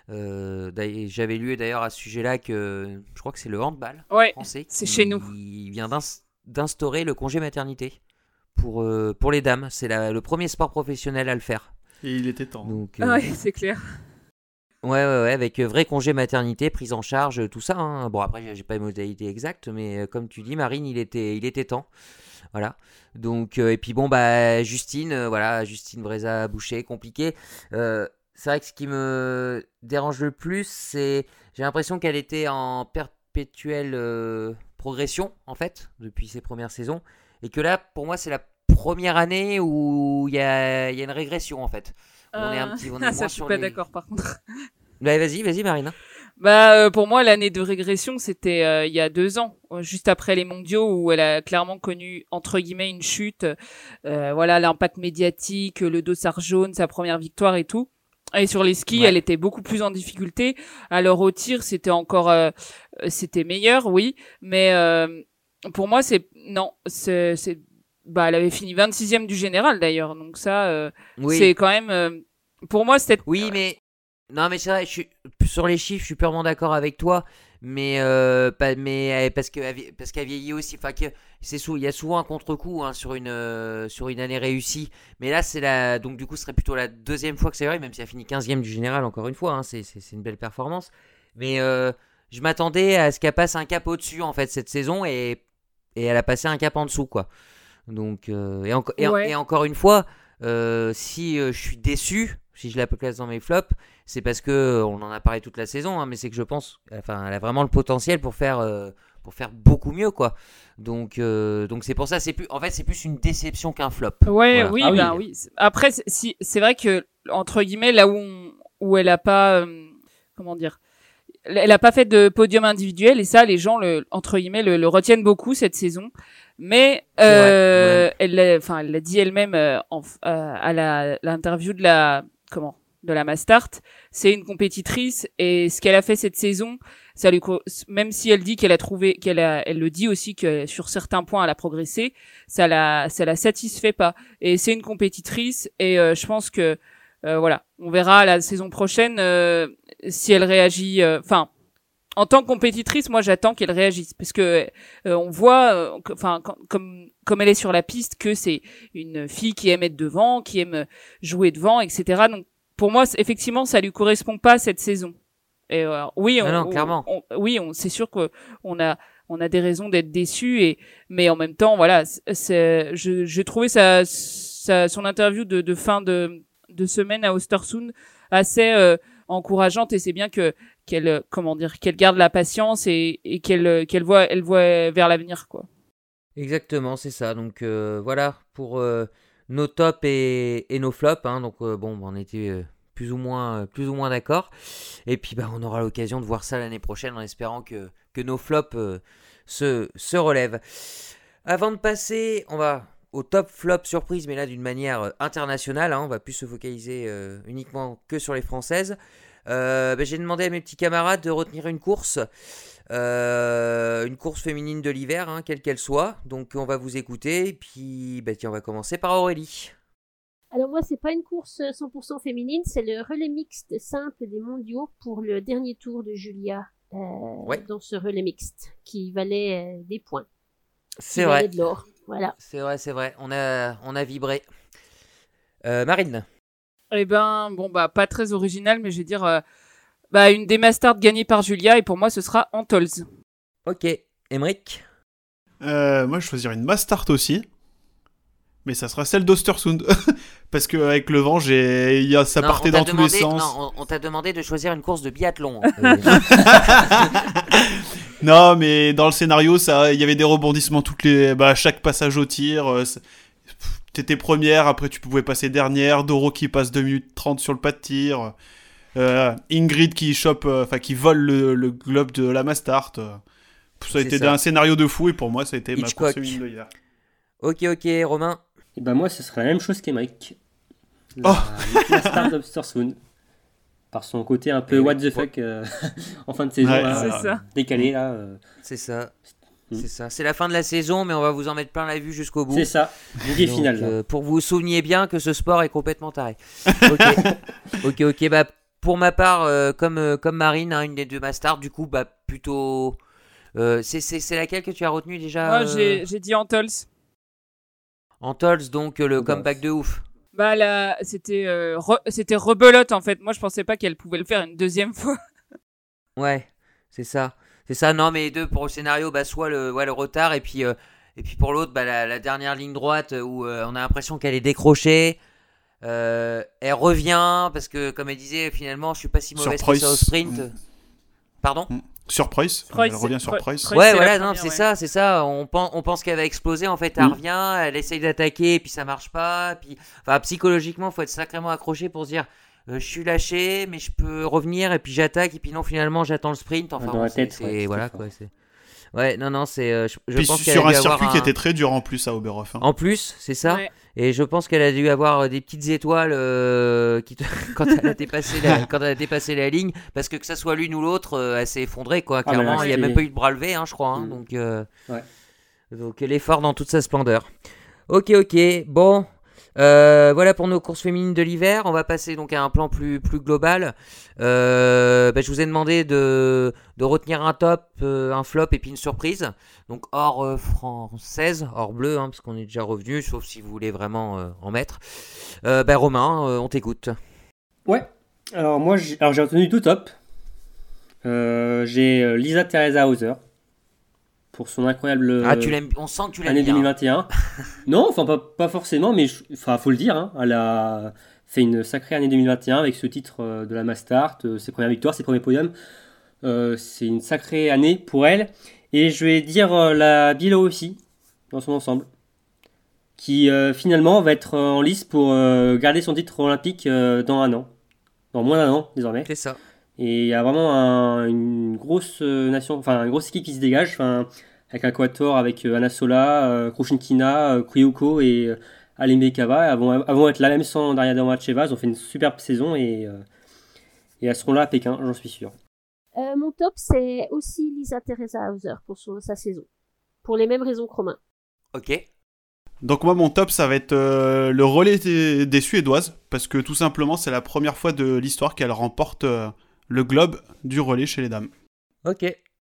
Euh, d'ailleurs, j'avais lu d'ailleurs à ce sujet-là que je crois que c'est le handball Ouais, français c'est qui chez nous. vient d'ins- d'instaurer le congé maternité pour, euh, pour les dames. C'est la- le premier sport professionnel à le faire. Et il était temps. Donc, Ah euh, ouais, c'est clair. ouais, ouais, ouais, avec euh, vrai congé maternité, prise en charge, euh, tout ça, hein. Bon, après, j'ai j'ai pas les modalités exactes, mais euh, comme tu dis, Marine, il était, il était temps. Voilà. Donc, euh, et puis bon, bah, Justine, euh, voilà, Justine Breza-Boucher, compliqué. Euh, c'est vrai que ce qui me dérange le plus, c'est. J'ai l'impression qu'elle était en perpétuelle euh, progression, en fait, depuis ses premières saisons. Et que là, pour moi, c'est la première année où il y a, il y a une régression, en fait. On est un petit. On est Ah, ça, moins je suis sur pas les... d'accord par contre. Bah, vas-y, vas-y, Marine. Bah euh, pour moi l'année de régression c'était euh, il y a deux ans, euh, juste après les mondiaux où elle a clairement connu entre guillemets une chute. Euh, voilà l'impact médiatique, le dossard jaune, sa première victoire et tout. Et sur les skis, Ouais. elle était beaucoup plus en difficulté. Alors au tir, c'était encore, euh, c'était meilleur, oui. Mais euh, pour moi, c'est non, c'est, c'est, bah, elle avait fini vingt-sixième du général d'ailleurs. Donc ça, euh, Oui. c'est quand même, euh, pour moi, c'était. Oui, mais non, mais c'est vrai. Je suis sur les chiffres, je suis purement d'accord avec toi. Mais euh, pas, mais euh, parce que parce qu'elle vieillit aussi. Enfin, que c'est sou- il y a souvent un contre-coup, hein, sur une euh, sur une année réussie. Mais là, c'est la donc du coup, ce serait plutôt la deuxième fois que c'est vrai, même si elle finit quinzième du général. Encore une fois, hein, c'est, c'est c'est une belle performance. Mais euh, je m'attendais à ce qu'elle passe un cap au-dessus en fait cette saison, et et elle a passé un cap en dessous, quoi. Donc euh, et, enco- et, en- Ouais. et encore une fois, euh, si euh, je suis déçu, si je la classe dans mes flops, c'est parce que euh, on en a parlé toute la saison, hein, mais c'est que je pense, enfin, elle a vraiment le potentiel pour faire, euh, pour faire beaucoup mieux, quoi. Donc, euh, donc c'est pour ça, c'est plus, en fait, c'est plus une déception qu'un flop. Ouais, Voilà. oui, Ah oui. ben oui. Après, c'est- si c'est vrai que entre guillemets, là où on- où elle a pas, euh, comment dire, elle a pas fait de podium individuel et ça, les gens le entre guillemets le, le retiennent beaucoup cette saison. Mais euh, vrai, elle, l'a- enfin, elle l'a dit elle-même euh, en, euh, à la l'interview de la comment de la Mastart, c'est une compétitrice et ce qu'elle a fait cette saison, ça lui co- même si elle dit qu'elle a trouvé qu'elle a elle le dit aussi que sur certains points elle a progressé, ça la ça la satisfait pas et c'est une compétitrice et euh, je pense que euh, voilà, on verra la saison prochaine euh, si elle réagit enfin en tant que compétitrice, moi j'attends qu'elle réagisse parce que euh, on voit enfin euh, comme comme elle est sur la piste que c'est une fille qui aime être devant, qui aime jouer devant, et cetera. Donc pour moi, effectivement, ça lui correspond pas cette saison. Et euh, oui, on, Ah non, on- clairement. on- oui, on, c'est sûr que on a, on a des raisons d'être déçus. Et mais en même temps, voilà, c'est, je, j'ai trouvé sa, sa, son interview de, de fin de, de semaine à Östersund assez euh, encourageante. Et c'est bien que qu'elle, comment dire, qu'elle garde la patience et, et qu'elle, qu'elle voit, elle voit vers l'avenir, quoi. Exactement, c'est ça. Donc euh, voilà pour euh, nos tops et, et nos flops, hein. Donc euh, bon, on était euh, plus ou moins, euh, plus ou moins d'accord. Et puis bah, on aura l'occasion de voir ça l'année prochaine en espérant que, que nos flops euh, se, se relèvent. Avant de passer, on va au top flop surprise, mais là d'une manière euh, internationale, hein. On va plus se focaliser euh, uniquement que sur les françaises. Euh, bah, j'ai demandé à mes petits camarades de retenir une course. Euh, une course féminine de l'hiver, hein, quelle qu'elle soit. Donc on va vous écouter. Et puis bah, tiens, on va commencer par Aurélie. Alors moi, c'est pas une course cent pour cent féminine, c'est le relais mixte simple des mondiaux pour le dernier tour de Julia euh, Ouais. dans ce relais mixte qui valait euh, des points, C'est qui vrai. valait de l'or. Voilà. C'est vrai, c'est vrai. On a, on a vibré. Euh, Marine. Eh ben, bon, bah, pas très original, mais je vais dire, euh, bah, une des Mastart gagnée par Julia, et pour moi, ce sera Antols. Ok. Emmerich? euh, Moi, je choisirais une Mastart aussi. Mais ça sera celle d'Östersund. Parce qu'avec le vent, j'ai... Il y a... ça Non, partait on t'a dans tous demandé- les sens. Non, on, on t'a demandé de choisir une course de biathlon. Euh, Non, mais dans le scénario, ça, il y avait des rebondissements toutes les, bah, chaque passage au tir. euh, c'est- pff, T'étais première, après tu pouvais passer dernière. Doro qui passe deux minutes trente sur le pas de tir. euh, Ingrid qui chope, euh, enfin qui vole le, le globe de la Mastart. euh. Ça a C'est été ça. un scénario de fou et pour moi, ça a été ma Hitchcock. course féminine de hier. ok, ok, Romain. Et ben moi, ce serait la même chose qu'Emeric. Oh. La Star d'Östersund. Par son côté un peu Eh oui. what the fuck euh, en fin de saison. Ouais, là, c'est euh, ça. Décalé là. euh, C'est ça. Mm. C'est ça. C'est la fin de la saison, mais on va vous en mettre plein la vue jusqu'au bout. C'est ça. Bouguet Donc, final. là. euh, pour que vous vous souveniez bien que ce sport est complètement taré. Ok, ok, ok. Bah, pour ma part, euh, comme, euh, comme Marine, hein, une des deux Mastart, du coup, bah, plutôt. Euh, c'est, c'est, c'est laquelle que tu as retenue déjà Moi, euh, j'ai, j'ai dit Antols. Antols, donc euh, le Oh, bah. comeback de ouf. Bah là, c'était, euh, re- c'était rebelote en fait. Moi, je pensais pas qu'elle pouvait le faire une deuxième fois. Ouais, c'est ça. C'est ça, non, mais les deux pour le scénario, bah, soit le, ouais, le retard, et puis, euh, et puis pour l'autre, bah, la, la dernière ligne droite euh, où euh, on a l'impression qu'elle est décrochée. Euh, elle revient, parce que comme elle disait, finalement, je suis pas si Sur mauvaise que Preuss. ça au sprint. Mm. Pardon? Sur Preuss, Preuss, elle revient sur Preuss- Preuss. Preuss. Ouais, c'est la voilà, non, première, c'est ouais. ça, c'est ça. On pense, on pense qu'elle va exploser, en fait, elle Mm. revient, elle essaye d'attaquer, et puis ça marche pas. Puis, enfin, psychologiquement, faut être sacrément accroché pour se dire, euh, je suis lâché, mais je peux revenir, et puis j'attaque, et puis non, finalement, j'attends le sprint. Enfin, Dans bon, la c'est- tête, c'est, ouais, tout à voilà, fait. quoi. C'est... Ouais, non, non, c'est. euh, je je Puis pense qu'elle sur a un dû avoir circuit qui un- était très dur en plus à Oberhof. hein. En plus, c'est ça. Ouais. Et je pense qu'elle a dû avoir euh, des petites étoiles euh, qui te- quand, elle a dépassé la... quand elle a dépassé la ligne, parce que que ça soit l'une ou l'autre, euh, elle s'est effondrée, quoi. Ah, mais là, Clairement, il n'y a c'était- même pas eu de bras levé, hein, je crois. hein, Mm. Donc, euh, Ouais. donc l'effort dans toute sa splendeur. Ok, ok. Bon, euh, voilà pour nos courses féminines de l'hiver. On va passer donc à un plan plus, plus global. Euh, bah, je vous ai demandé de, de retenir un top, euh, un flop et puis une surprise. Donc hors euh, française, hors bleu, hein, parce qu'on est déjà revenu, sauf si vous voulez vraiment euh, en mettre. Euh, bah, Romain, euh, on t'écoute. Ouais. Alors moi, j'ai, alors, j'ai retenu tout top. Euh, j'ai euh, Lisa Teresa Hauser pour son incroyable Ah, tu l'aimes, on sent que tu l'aimes année bien. deux mille vingt et un. Non, enfin pas, pas forcément, mais je- enfin faut le dire. hein, elle a fait une sacrée année deux mille vingt et un avec ce titre euh, de la Mastart, euh, ses premières victoires, ses premiers podiums. Euh, c'est une sacrée année pour elle. Et je vais dire euh, la Bilo aussi dans son ensemble, qui euh, finalement va être euh, en lice pour euh, garder son titre olympique euh, dans un an, dans moins d'un an désormais. C'est ça. Et il y a vraiment un- une grosse euh, nation, enfin une grosse équipe qui se dégage, enfin avec un quatuor avec euh, Anna Sola, euh, Krushinkina, euh, Kryuko et euh, Alembe Kava. Elles vont, elles vont être là même sans Daria Domracheva. Elles ont fait une superbe saison et, euh, et elles seront là à Pékin, j'en suis sûr. Euh, mon top, c'est aussi Lisa Teresa Hauser pour son- sa saison. Pour les mêmes raisons que Romain. Ok. Donc moi mon top ça va être euh, le relais des, des Suédoises parce que tout simplement c'est la première fois de l'histoire qu'elles remportent euh, le globe du relais chez les dames. Ok.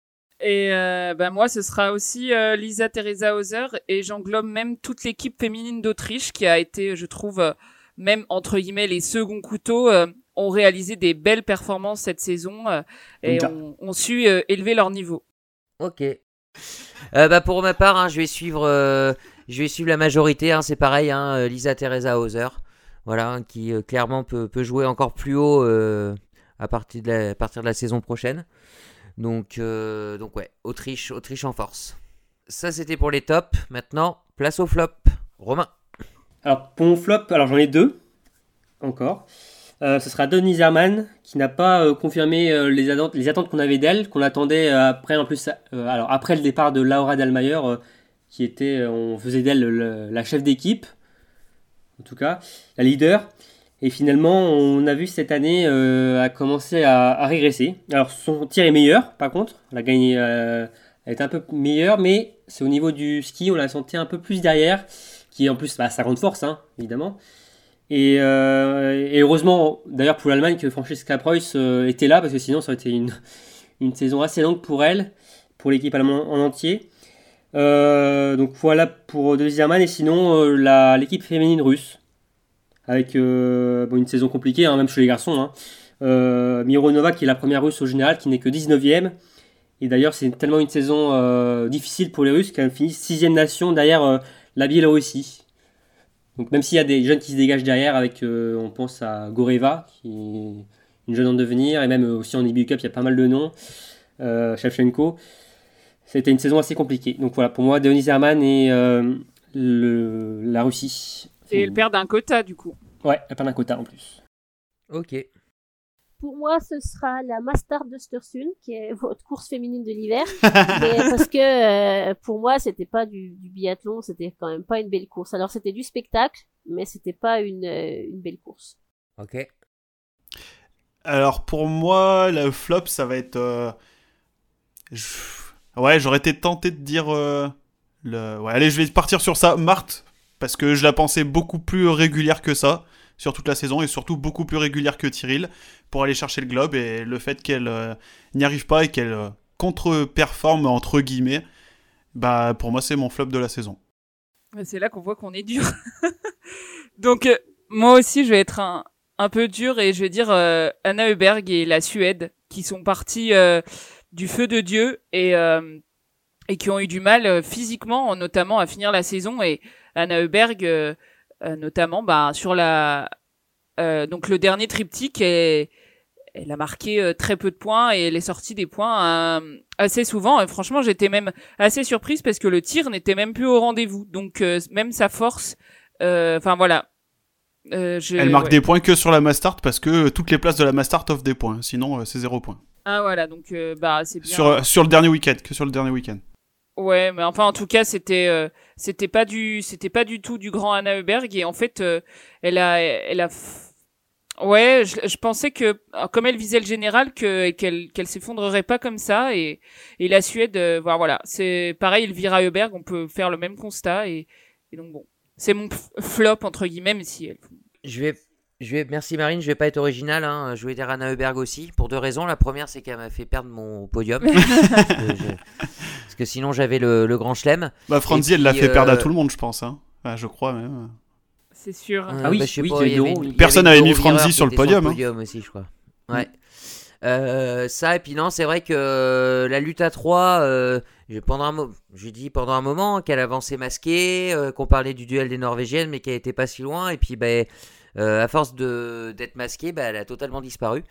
Et euh, bah, moi, ce sera aussi euh, Lisa Teresa Hauser et j'englobe même toute l'équipe féminine d'Autriche qui a été, je trouve, euh, même entre guillemets les seconds couteaux, euh, ont réalisé des belles performances cette saison euh, et Bien. ont, ont su euh, élever leur niveau. Ok. Euh, bah pour ma part, hein, je vais suivre, euh, je vais suivre la majorité. Hein, c'est pareil, hein, euh, Lisa Teresa Hauser, voilà, hein, qui euh, clairement peut, peut jouer encore plus haut euh, à partir de la, à partir de la saison prochaine. Donc, euh, donc ouais, Autriche, Autriche en force. Ça c'était pour les tops. Maintenant, place au flop. Romain. Alors pour mon flop, alors j'en ai deux encore. Euh, ce sera Denise Herrmann qui n'a pas euh, confirmé euh, les attentes, les attentes qu'on avait d'elle, qu'on attendait euh, après en plus, euh, alors après le départ de Laura Dahlmeier, euh, qui était, euh, on faisait d'elle le- le- la chef d'équipe, en tout cas la leader. Et finalement, on a vu cette année euh, a commencé à, à régresser. Alors son tir est meilleur, par contre, elle a gagné, euh, elle est un peu meilleure, mais c'est au niveau du ski, on l'a senti un peu plus derrière, qui est en plus bah, sa grande force, hein, évidemment. Et, euh, et heureusement, d'ailleurs pour l'Allemagne, que Francesca Preuss euh, était là, parce que sinon ça aurait été une, une saison assez longue pour elle, pour l'équipe allemande en entier. Euh, donc voilà pour Denise Herrmann, et sinon euh, la, l'équipe féminine russe, avec euh, bon, une saison compliquée, hein, même chez les garçons. Hein. Euh, Mironova qui est la première russe au général, qui n'est que dix-neuvième, Et d'ailleurs, c'est tellement une saison euh, difficile pour les Russes qu'elle finit sixième nation derrière euh, la Biélorussie. Donc même s'il y a des jeunes qui se dégagent derrière, avec, euh, on pense à Goreva, qui est une jeune en devenir, et même aussi en I B U Cup, il y a pas mal de noms, euh, Shevchenko. C'était une saison assez compliquée. Donc voilà, pour moi, Denis Herman et euh, le, la Russie. Et le père d'un quota, du coup. Ouais, elle perd un quota en plus. Ok. Pour moi, ce sera la Mastart d'Östersund, qui est votre course féminine de l'hiver. Mais parce que euh, pour moi, c'était pas du, du biathlon, c'était quand même pas une belle course. Alors c'était du spectacle, mais c'était pas une, euh, une belle course. Ok. Alors pour moi, le flop, ça va être... Euh... Je... Ouais, j'aurais été tenté de dire... Euh... Le... Ouais, allez, je vais partir sur ça. Marthe, parce que je la pensais beaucoup plus régulière que ça, sur toute la saison, et surtout beaucoup plus régulière que Tyrrell, pour aller chercher le globe, et le fait qu'elle euh, n'y arrive pas et qu'elle euh, contre-performe, entre guillemets, bah pour moi, c'est mon flop de la saison. C'est là qu'on voit qu'on est dur. Donc, euh, moi aussi, je vais être un, un peu dur, et je vais dire euh, Anna Öberg et la Suède, qui sont partis euh, du feu de Dieu, et... Euh, et qui ont eu du mal euh, physiquement, notamment à finir la saison. Et Anna Öberg, euh, euh, notamment, bah, sur la, euh, donc le dernier triptyque, elle, elle a marqué euh, très peu de points et elle est sortie des points euh, assez souvent. Et franchement, j'étais même assez surprise parce que le tir n'était même plus au rendez-vous. Donc euh, même sa force, enfin euh, voilà. Euh, je, elle marque ouais. des points que sur la Mastart parce que toutes les places de la Mastart offrent des points. Sinon, euh, c'est zéro point. Ah voilà, donc euh, bah c'est bien. Sur, euh, sur le dernier week-end, que sur le dernier week-end. Ouais, mais enfin en tout cas c'était euh, c'était pas du c'était pas du tout du grand Anna Öberg, et en fait euh, elle a elle a f... ouais je, je pensais que comme elle visait le général que qu'elle qu'elle s'effondrerait pas comme ça, et et la Suède euh, voilà, voilà c'est pareil, Elvira Öberg, on peut faire le même constat, et et donc bon c'est mon flop entre guillemets, même si elle... je vais Je vais, merci Marine, je vais pas être original, hein. Je vais dire Anna Öberg aussi, pour deux raisons. La première, c'est qu'elle m'a fait perdre mon podium. parce, que je, parce que sinon, j'avais le, le grand chelem. Bah, Franzi, elle l'a fait euh... perdre à tout le monde, je pense. Hein. Enfin, je crois même. C'est sûr. Euh, ah oui, bah, je sais oui pas, il y avait, il y personne n'avait mis Franzi sur le podium. Sur le podium hein. aussi, je crois. Ouais. Mm. Euh, ça, et puis non, c'est vrai que euh, la lutte à trois, euh, pendant un mo- j'ai dit pendant un moment qu'elle avançait masquée, euh, qu'on parlait du duel des Norvégiennes, mais qu'elle était pas si loin, et puis ben. Bah, Euh, à force de, d'être masquée, bah, elle a totalement disparu.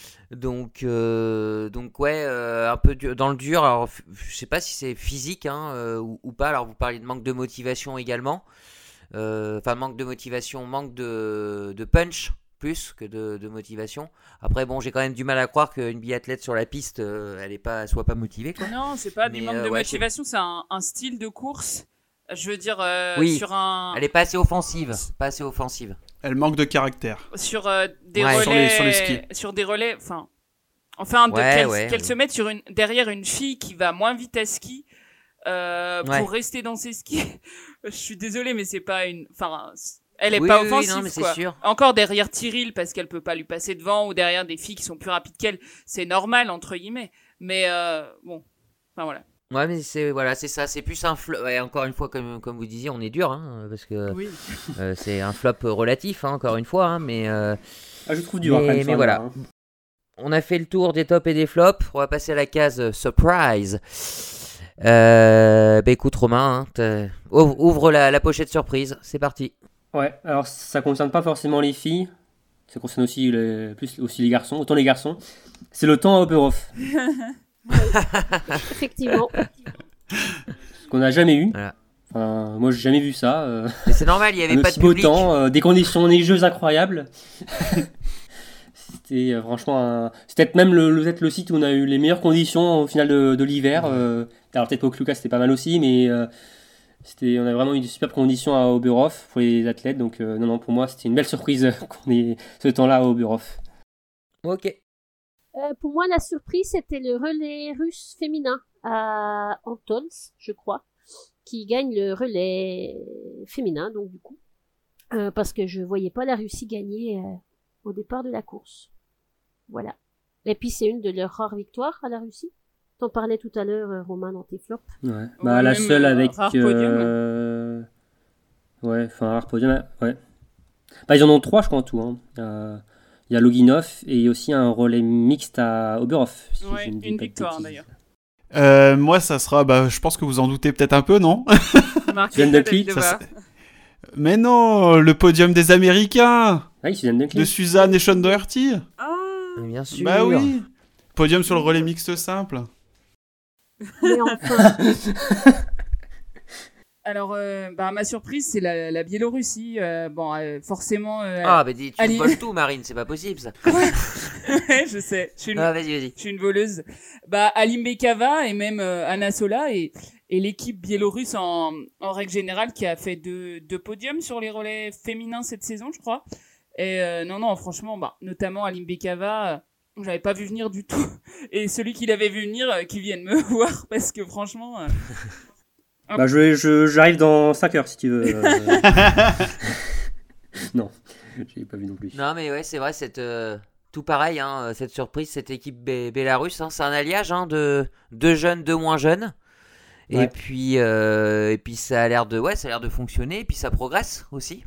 Donc, euh, donc ouais, euh, un peu du, dans le dur. Alors, f- je sais pas si c'est physique hein, euh, ou, ou pas. Alors, vous parlez de manque de motivation également. Euh, enfin, manque de motivation, manque de, de punch plus que de, de motivation. Après, bon, j'ai quand même du mal à croire qu'une biathlète sur la piste, euh, elle est pas, soit pas motivée. Quoi. Non, c'est pas Mais, du manque euh, de ouais, motivation, c'est, c'est un, un style de course. Je veux dire, euh, oui, sur un... elle est pas assez offensive. Pas assez offensive. Elle manque de caractère. Sur euh, des ouais. relais... Sur les, sur les skis. Sur des relais, enfin... Enfin, de, ouais, qu'elle, ouais, qu'elle ouais. se mette sur une, derrière une fille qui va moins vite à ski euh, ouais. pour rester dans ses skis. Je suis désolée, mais c'est pas une... Enfin, elle est oui, pas oui, offensive, oui, non, mais quoi. c'est sûr. Encore derrière Tyrrell, parce qu'elle peut pas lui passer devant, ou derrière des filles qui sont plus rapides qu'elle. C'est normal, entre guillemets. Mais euh, bon, enfin voilà. Ouais, mais c'est voilà, c'est ça, c'est plus un flop. Ouais, encore une fois, comme comme vous disiez, on est dur, hein, parce que oui. euh, c'est un flop relatif, hein, encore une fois, hein, mais. Euh, ah, je trouve dur. Mais, mais voilà, hein. On a fait le tour des tops et des flops. On va passer à la case euh, surprise. Euh, bah écoute, Romain, hein, ouvre, ouvre la, la pochette surprise. C'est parti. Ouais. Alors ça concerne pas forcément les filles. Ça concerne aussi les, plus aussi les garçons, autant les garçons. C'est le temps à Oberhof. Effectivement. Ce qu'on n'a jamais eu. Voilà. Enfin, moi, j'ai jamais vu ça. Euh... Mais c'est normal, il n'y avait un pas aussi de beau public. temps, euh, des conditions neigeuses incroyables. C'était euh, franchement un... C'était peut-être même le, le, peut-être le site où on a eu les meilleures conditions au final de, de l'hiver. Euh... Alors peut-être pour Lucas, c'était pas mal aussi, mais euh, c'était... on a vraiment eu de superbes conditions à Oberhof pour les athlètes. Donc euh, non, non, pour moi, c'était une belle surprise qu'on ait ce temps-là à Oberhof. Ok. Euh, pour moi, la surprise, c'était le relais russe féminin à Antons, je crois, qui gagne le relais féminin, donc du coup, euh, parce que je voyais pas la Russie gagner euh, au départ de la course. Voilà. Et puis, c'est une de leurs rares victoires à la Russie. T'en parlais tout à l'heure, euh, Romain, dans tes flops. Ouais. Bah, ouais, la seule euh, avec... Rare podium. Euh... Ouais, enfin, rare podium, ouais. Bah, ils en ont trois, je crois, en tout. Hein. Euh... Il y a Loginov et aussi un relais mixte à Oberhof. Si ouais, une victoire d'ailleurs. Euh, moi, ça sera, bah, je pense que vous en doutez peut-être un peu, non? Marc, Suzanne toi, Dunkley, David ça Deva. Mais non, le podium des Américains Ah oui, Suzanne Dunkley. de Suzanne et Sean Doherty. Ah, Mais Bien sûr. Bah oui. Podium sur le relais mixte simple. Mais enfin, alors, euh, bah, ma surprise, c'est la, la Biélorussie. Euh, bon, euh, forcément. euh, Ah, bah dis, tu Ali- voles tout, Marine, c'est pas possible ça. ouais, je sais. Je suis une, Ah, vas-y, vas-y. je suis une voleuse. Bah, Alim Bekava et même euh, Anna Sola et, et l'équipe biélorusse en, en règle générale qui a fait deux, deux podiums sur les relais féminins cette saison, je crois. Et euh, non, non, franchement, bah, notamment Alim Bekava, euh, je l'avais pas vu venir du tout. Et celui qui l'avait vu venir, euh, qui vienne me voir, parce que franchement. euh, Bah, je, je, j'arrive dans cinq heures si tu veux. euh. Non, je l'ai pas vu non plus. Non, mais ouais, c'est vrai, cette, euh, tout pareil, hein, cette surprise, cette équipe bé- bélarusse, hein, c'est un alliage hein, de deux jeunes, deux moins jeunes. Et Ouais. puis, euh, et puis ça a l'air de, ouais, ça a l'air de fonctionner, et puis ça progresse aussi.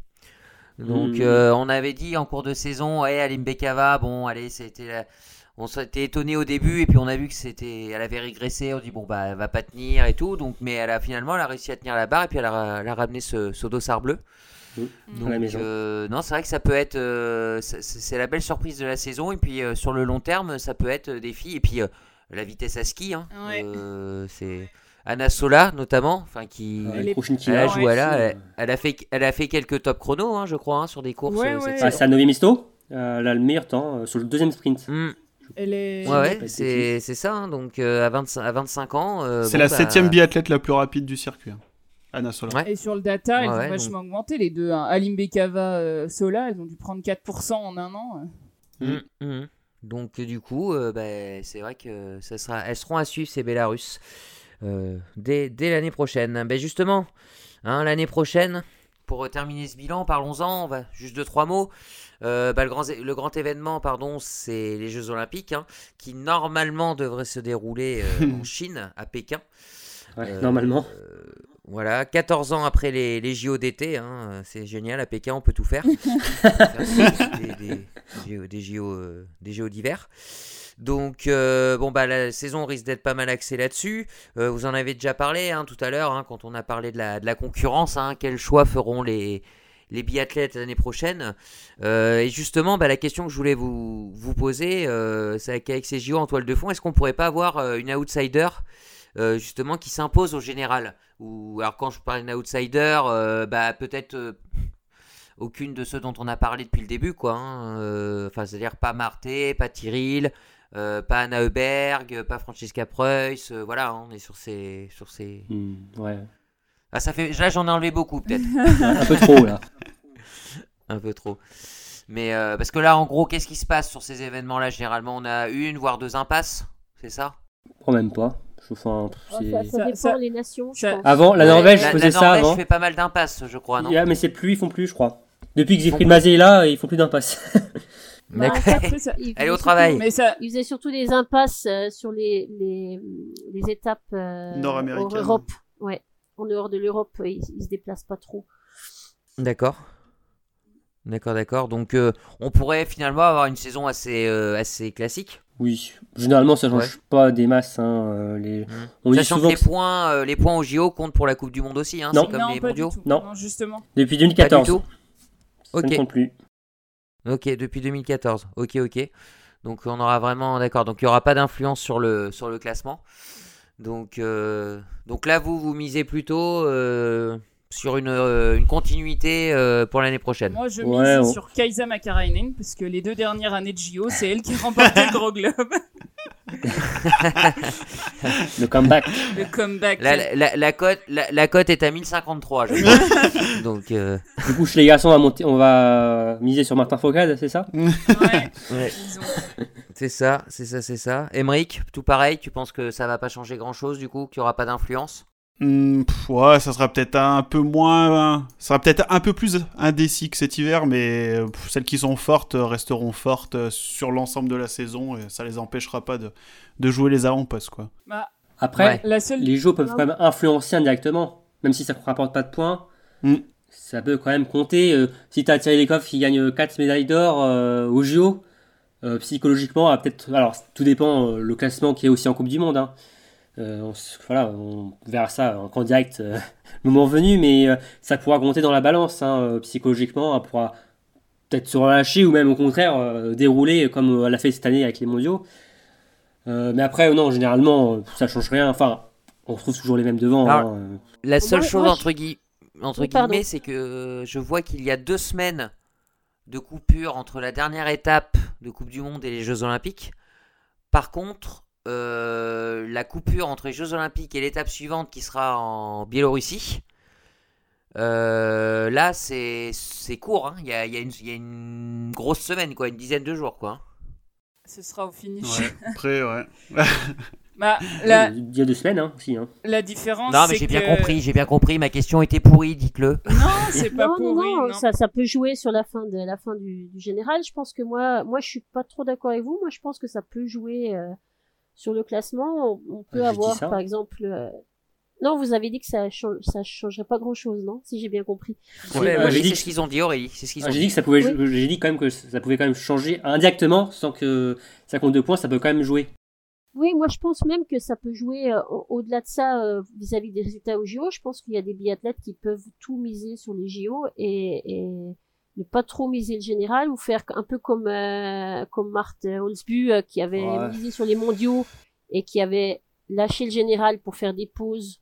Donc, Mhm. euh, on avait dit en cours de saison, ouais, Alim Bekava, bon, allez, c'était, la- on s'était étonné au début, et puis on a vu que c'était, elle avait régressé, on dit bon bah, elle va pas tenir et tout, donc, mais elle a finalement, elle a réussi à tenir la barre, et puis elle a, elle a ramené ce, ce dossard bleu. Mhm. Mm. Donc, À la maison. euh, non, c'est vrai que ça peut être, euh, c'est, c'est la belle surprise de la saison, et puis euh, sur le long terme, ça peut être des filles, et puis euh, la vitesse à ski, hein, Ouais. euh, c'est Anna Sola notamment, enfin qui, Ouais, Elle est- Prochaine elle a killer. joué là, aussi, elle, euh. elle a fait, elle a fait quelques top chronos, hein, je crois, hein, sur des courses. Ouais, euh, cette ouais. Ah, saison. c'est à Novimisto. Euh, elle a le meilleur temps euh, sur le deuxième sprint. Mm. Elle est. Ouais, ouais, pas de c'est, bêtises. c'est ça, hein, donc euh, à, vingt-cinq, à vingt-cinq ans. euh, C'est bon, la bah, septième biathlète la plus rapide du circuit. hein. Anna Sola. Ouais. Et sur le data, elles Ouais, ont ouais, vachement augmenté, les deux. Hein. Alim Bekava, euh, Sola, elles ont dû prendre quatre pour cent en un an. euh. Mm, mm. Donc euh, du coup, euh, bah, c'est vrai que ça sera, elles seront à suivre ces Bélarusses euh, dès, dès l'année prochaine. Ben justement, hein, l'année prochaine, pour euh, terminer ce bilan, parlons-en. On va juste deux trois mots. Euh, bah, le, grand, le grand événement, pardon, c'est les Jeux Olympiques, hein, qui normalement devraient se dérouler euh, en Chine, à Pékin. Ouais, Euh, normalement. euh, Voilà, quatorze ans après les, les J O d'été, hein, c'est génial, à Pékin on peut tout faire. On peut faire des, des, des, des J O, euh, des J O d'hiver. Donc, euh, bon, bah, la saison risque d'être pas mal axée là-dessus. Euh, vous en avez déjà parlé hein, tout à l'heure, hein, quand on a parlé de la, de la concurrence, hein, quels choix feront les, les biathlètes l'année prochaine. Euh, et justement, bah, la question que je voulais vous, vous poser, euh, c'est qu'avec ces J O en toile de fond, est-ce qu'on pourrait pas avoir euh, une outsider euh, justement qui s'impose au général? Ou alors quand je parle d'un outsider, euh, bah peut-être euh, aucune de ceux dont on a parlé depuis le début, quoi. Hein, euh, enfin, c'est-à-dire pas Marté, pas Tyrrell, euh, pas Anna Heuberg, pas Francesca Preuss. Euh, voilà, hein, on est sur ces, sur ces. Hmm, ouais. Ah, ça fait. Là, j'en ai enlevé beaucoup, peut-être, Un peu trop là. un peu trop. Mais euh, parce que là, en gros, qu'est-ce qui se passe sur ces événements-là? Généralement, on a une voire deux impasses, c'est ça? Oh, même pas. Enfin, c'est- ça, ça Ça- dépend ça- les nations, je ça- pense. Avant, la Ouais, Norvège la, faisait la ça Norvège avant. fait pas mal d'impasses, je crois, non? Ah, mais c'est plus, ils font plus, je crois. Depuis que Ils font Siegfried plus. Mazé est là, ils font plus d'impasse. Bah, D'accord. ça, Après, ça- ils Elle est au faisaient travail. surtout- Mais ça. Ils faisaient surtout des impasses euh, sur les, les, les étapes euh, Nord-américaines. en Europe. Ouais. En dehors de l'Europe, ouais, ils, ils se déplacent pas trop. D'accord. D'accord, d'accord. Donc, euh, on pourrait finalement avoir une saison assez, euh, assez classique. Oui, généralement ça change Ouais. pas des masses. Hein, euh, les... On dit Sachant souvent que les que points, euh, les points au J O comptent pour la Coupe du Monde aussi. Hein, Non. c'est comme non, les pas mondiaux. du tout. Non. Non, justement. depuis deux mille Pas quatorze, du tout. ça ne Ok. compte plus. Ok, depuis deux mille quatorze. Ok, ok. Donc, on aura vraiment. D'accord. Donc, il n'y aura pas d'influence sur le, sur le classement. Donc, euh, donc là, vous, vous misez plutôt euh, sur une, euh, une continuité euh, pour l'année prochaine. Moi, je Ouais, mise on- sur Kaisa Makarainen parce que les deux dernières années de J O, c'est elle qui a remporté le gros globe. Le comeback. Le comeback. La, la, la, la cote, la, la cote est à mille cinquante-trois, je crois. Donc, euh, Du coup, chez les garçons, on va, monter, on va miser sur Martin Fourcade, c'est ça? Ouais. ouais. Ils ont- C'est ça, c'est ça, c'est ça. Emmerich, tout pareil, tu penses que ça va pas changer grand chose du coup, qu'il n'y aura pas d'influence? Hmm, pff, ouais, ça sera peut-être un peu moins. Ça sera peut-être un peu plus indécis que cet hiver, mais euh, pff, celles qui sont fortes euh, resteront fortes euh, sur l'ensemble de la saison et ça les empêchera pas de, de jouer les avant-postes, quoi. Bah, Après, Ouais. la seule. les jeux peuvent quand même influencer indirectement, même si ça ne rapporte pas de points. Mm. Ça peut quand même compter. Euh, si tu as Thierry Lecoff qui gagne quatre médailles d'or euh, au J O, euh, psychologiquement, ah, peut-être. Alors, tout dépend euh, le classement qui est aussi en Coupe du Monde. Hein. Euh, on, voilà, on verra ça en direct euh, le moment venu, mais euh, ça pourra compter dans la balance hein, euh, psychologiquement, elle pourra peut-être se relâcher ou même au contraire euh, dérouler comme elle a fait cette année avec les mondiaux. Euh, mais après, non, généralement, ça change rien. Enfin, on retrouve toujours les mêmes devant. Alors, hein. La seule Moi- chose, moi, entre, gui- entre Oui, pardon. guillemets, c'est que je vois qu'il y a deux semaines de coupure entre la dernière étape de Coupe du Monde et les Jeux Olympiques. Par contre, euh, la coupure entre les Jeux Olympiques et l'étape suivante qui sera en Biélorussie, euh, là, c'est, c'est court. hein. Il y a, il y a une, il y a une grosse semaine, quoi, une dizaine de jours. Quoi. Ce sera au finish. Ouais, après, ouais. Bah, la, Il y a deux semaines hein, aussi. Hein. la différence, Non, mais c'est j'ai bien que- compris, j'ai bien compris. Ma question était pourrie, dites-le. Non, c'est pas non, pourri. non, non, non. Ça, ça peut jouer sur la fin de la fin du, du général. Je pense que moi, moi, je suis pas trop d'accord avec vous. Moi, je pense que ça peut jouer euh, sur le classement. On, on peut Ah, j'ai dit avoir, ça. par exemple. euh, Non, vous avez dit que ça, change, ça changerait pas grand-chose, non? Si j'ai bien compris. Ouais, Ouais, ouais, j'ai c'est dit ce que- qu'ils ont dit, Aurélie. C'est ce qu'ils Ah, ont j'ai dit. dit que ça pouvait, Oui. j'ai dit quand même que ça pouvait quand même changer indirectement, sans que ça compte deux points, ça peut quand même jouer. Oui, moi, je pense même que ça peut jouer euh, au- au-delà de ça euh, vis-à-vis des résultats aux J O. Je pense qu'il y a des biathlètes qui peuvent tout miser sur les J O et, et ne pas trop miser le général ou faire un peu comme euh, comme Marthe Holzbu euh, qui avait Ouais. misé sur les mondiaux et qui avait lâché le général pour faire des pauses.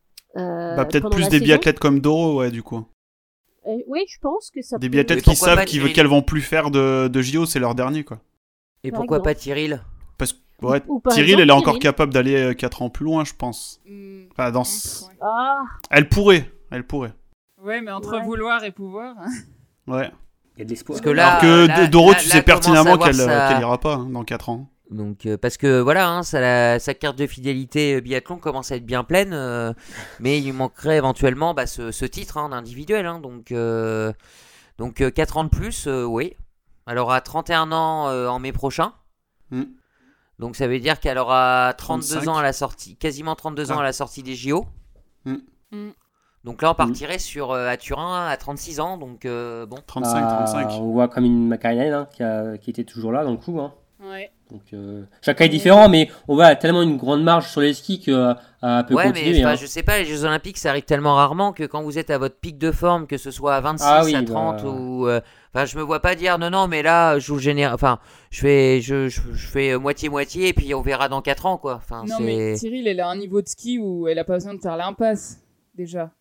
Euh, Bah, peut-être pendant plus la des saison. biathlètes comme Doro, ouais, du coup. Euh, oui, je pense que ça Des peut... biathlètes Mais qui pourquoi savent pas qu'ils- Thierry qu'elles vont plus faire de, de J O, c'est leur dernier, quoi. Et Par pourquoi exemple. pas Tyril? Parce que, ouais, Ou par Tyril, exemple, elle est encore Tyril. capable d'aller quatre ans plus loin, je pense. Hmm, Enfin, dans... ouais. ce- Ah, Elle pourrait, elle pourrait. Ouais, mais entre Ouais. vouloir et pouvoir. Ouais. Il y a de l'espoir. Parce que là, Alors que là- Doro, là- tu là, sais commence à pertinemment avoir qu'elle sa- qu'elle ira pas hein, dans quatre ans. Donc, euh, parce que voilà, hein, ça, la- sa carte de fidélité euh, biathlon commence à être bien pleine, euh, mais il lui manquerait éventuellement bah, ce, ce titre hein, d'individuel. Hein, donc, euh, donc euh, quatre ans de plus, euh, oui. Elle aura trente et un ans euh, en mai prochain. Hmm. Donc ça veut dire qu'elle aura trente-deux trente-cinq. ans à la sortie, quasiment trente-deux ans Ah. à la sortie des J O. Hmm. Hmm. Donc là, on partirait sur euh, à Turin à trente-six ans. Donc euh, bon. trente-cinq, Ah, trente-cinch. on voit comme une Macarena hein, qui, a- qui était toujours là dans le coup. Hein. Ouais. Donc, euh, chaque cas est différent, mais on voit tellement une grande marge sur les skis qu'elle peut Ouais, continuer. mais enfin, hein. je sais pas, les Jeux Olympiques, ça arrive tellement rarement que quand vous êtes à votre pic de forme, que ce soit à vingt-six, Ah oui, à bah. trente ou. euh, Enfin, je me vois pas dire non, non, mais là, je joue le général. Enfin, je fais, je, je, je fais moitié-moitié et puis on verra dans quatre ans, quoi. Enfin, Non, c'est. mais Cyril, elle a un niveau de ski où elle a pas besoin de faire l'impasse, déjà.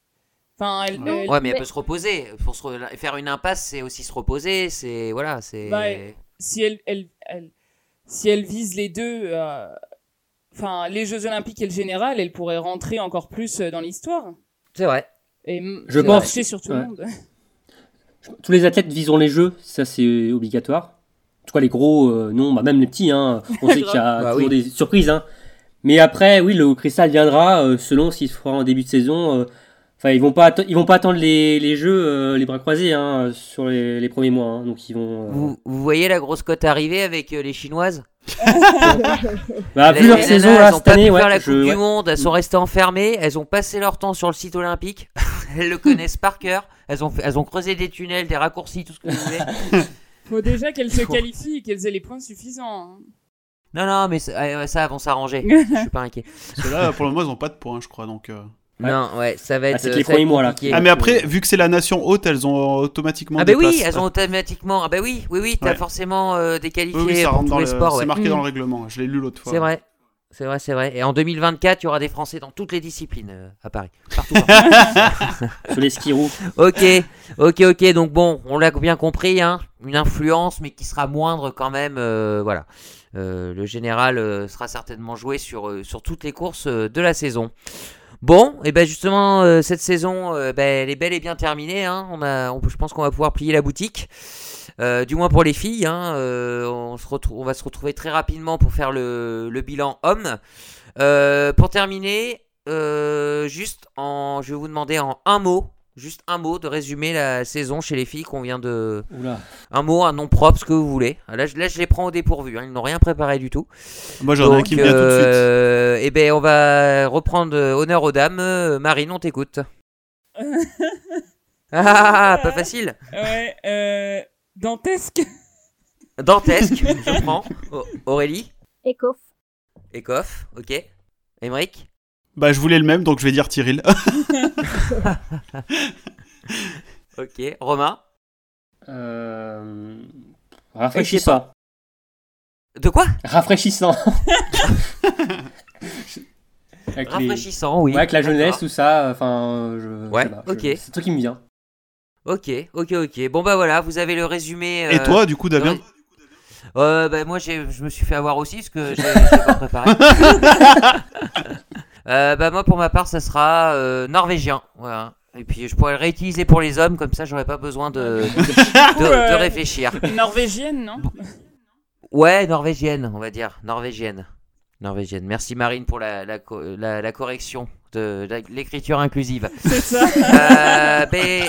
Enfin, elle. Non. elle- Ouais, mais elle Mais- peut se reposer. Pour se re- faire une impasse, c'est aussi se reposer. C'est. Voilà, c'est. Bah, si elle, elle, elle- si elle vise les deux, euh, enfin, les Jeux Olympiques et le général, elle pourrait rentrer encore plus dans l'histoire. C'est vrai. Et m- Je et pense- marcher sur tout ouais. le monde. Tous les athlètes viseront les jeux, ça c'est obligatoire. En tout cas, les gros, euh, non, bah, même les petits, hein, on sait qu'il y a Bah toujours oui. des surprises. Hein. Mais après, oui, le cristal viendra euh, selon ce qu'il se fera en début de saison. euh, Enfin, ils vont pas, atte- ils vont pas attendre les, les jeux euh, les bras croisés hein, sur les, les premiers mois. Hein, donc ils vont. euh, Vous, vous voyez la grosse cote arriver avec euh, les Chinoises. Bah, Les- vu leur les saison nanas, là elles ont cette pas année, pu ouais, faire la je- Coupe ouais. du Monde. Elles sont restées enfermées. Elles ont passé leur temps sur le site olympique. Elles le connaissent par cœur. Elles ont, fait- elles ont creusé des tunnels, des raccourcis, tout ce que vous voulez. Faut déjà qu'elles se qualifient et qu'elles aient les points suffisants. hein. Non, non, mais ça, euh, ça vont s'arranger. Je suis pas inquiet. Parce que là, pour le moment, ils ont pas de points, je crois. Donc, euh. Ouais. Non, ouais, ça va être. Ah, c'est que euh, les ça va être premiers mois, là. compliqué. Ah, mais après, vu que c'est la nation haute, elles ont automatiquement Ah des bah oui, places. elles ont automatiquement. Ah bah oui, oui, oui, t'as Ouais. forcément euh, des qualifiés Oui, oui, ça pour rentre tous dans les le... sports. C'est Ouais. marqué Mm. dans le règlement. Je l'ai lu l'autre fois. C'est vrai. C'est vrai, c'est vrai. Et en deux mille vingt-quatre, il y aura des Français dans toutes les disciplines euh, à Paris. Partout. Sur les skis roux. Ok, ok, ok. Donc bon, on l'a bien compris, hein. Une influence, mais qui sera moindre quand même. euh, voilà. Euh, le général euh, sera certainement joué sur, euh, sur toutes les courses euh, de la saison. Bon, et ben justement, euh, cette saison, euh, ben, elle est belle et bien terminée. Hein. On a, on, peut- je pense qu'on va pouvoir plier la boutique. Euh, du moins pour les filles. Hein. Euh, on, se retrouve, on va se retrouver très rapidement pour faire le, le bilan homme. Euh, pour terminer, euh, juste en, je vais vous demander en un mot, juste un mot de résumer la saison chez les filles qu'on vient de... Oula. Un mot, un nom propre, ce que vous voulez. Là, je, là, je les prends au dépourvu. Hein. Ils n'ont rien préparé du tout. Moi, j'en ai un qui me vient tout de suite. euh, eh ben, on va reprendre euh, honneur aux dames. Euh, Marine, on t'écoute. Ah, pas facile. Ouais, euh, dantesque. Dantesque, je prends. O- Aurélie. Ekoff. Ekoff, ok. Émeric? Bah, je voulais le même, donc je vais dire Tyrrell. Ok. Romain? Euh... Rafraîchissant. De quoi? Rafraîchissant. Avec les- Rafraîchissant, oui. Ouais, avec la jeunesse, D'accord. tout ça, enfin, je... Ouais, je sais pas, je- ok. C'est le truc qui me vient. Ok, ok, ok. Bon bah voilà, vous avez le résumé. Et euh, toi, du coup, Damien? Euh, bah, moi, j'ai, je me suis fait avoir aussi parce que j'ai, j'ai pas préparé. euh, bah, moi, pour ma part, ça sera euh, norvégien. Voilà. Et puis, je pourrais le réutiliser pour les hommes, comme ça, j'aurais pas besoin de, de, euh, de réfléchir. Norvégienne, non? Ouais, norvégienne, on va dire. Norvégienne. Norvégienne. Merci, Marine, pour la, la, co- la, la correction de la- l'écriture inclusive. C'est ça. Euh, mais...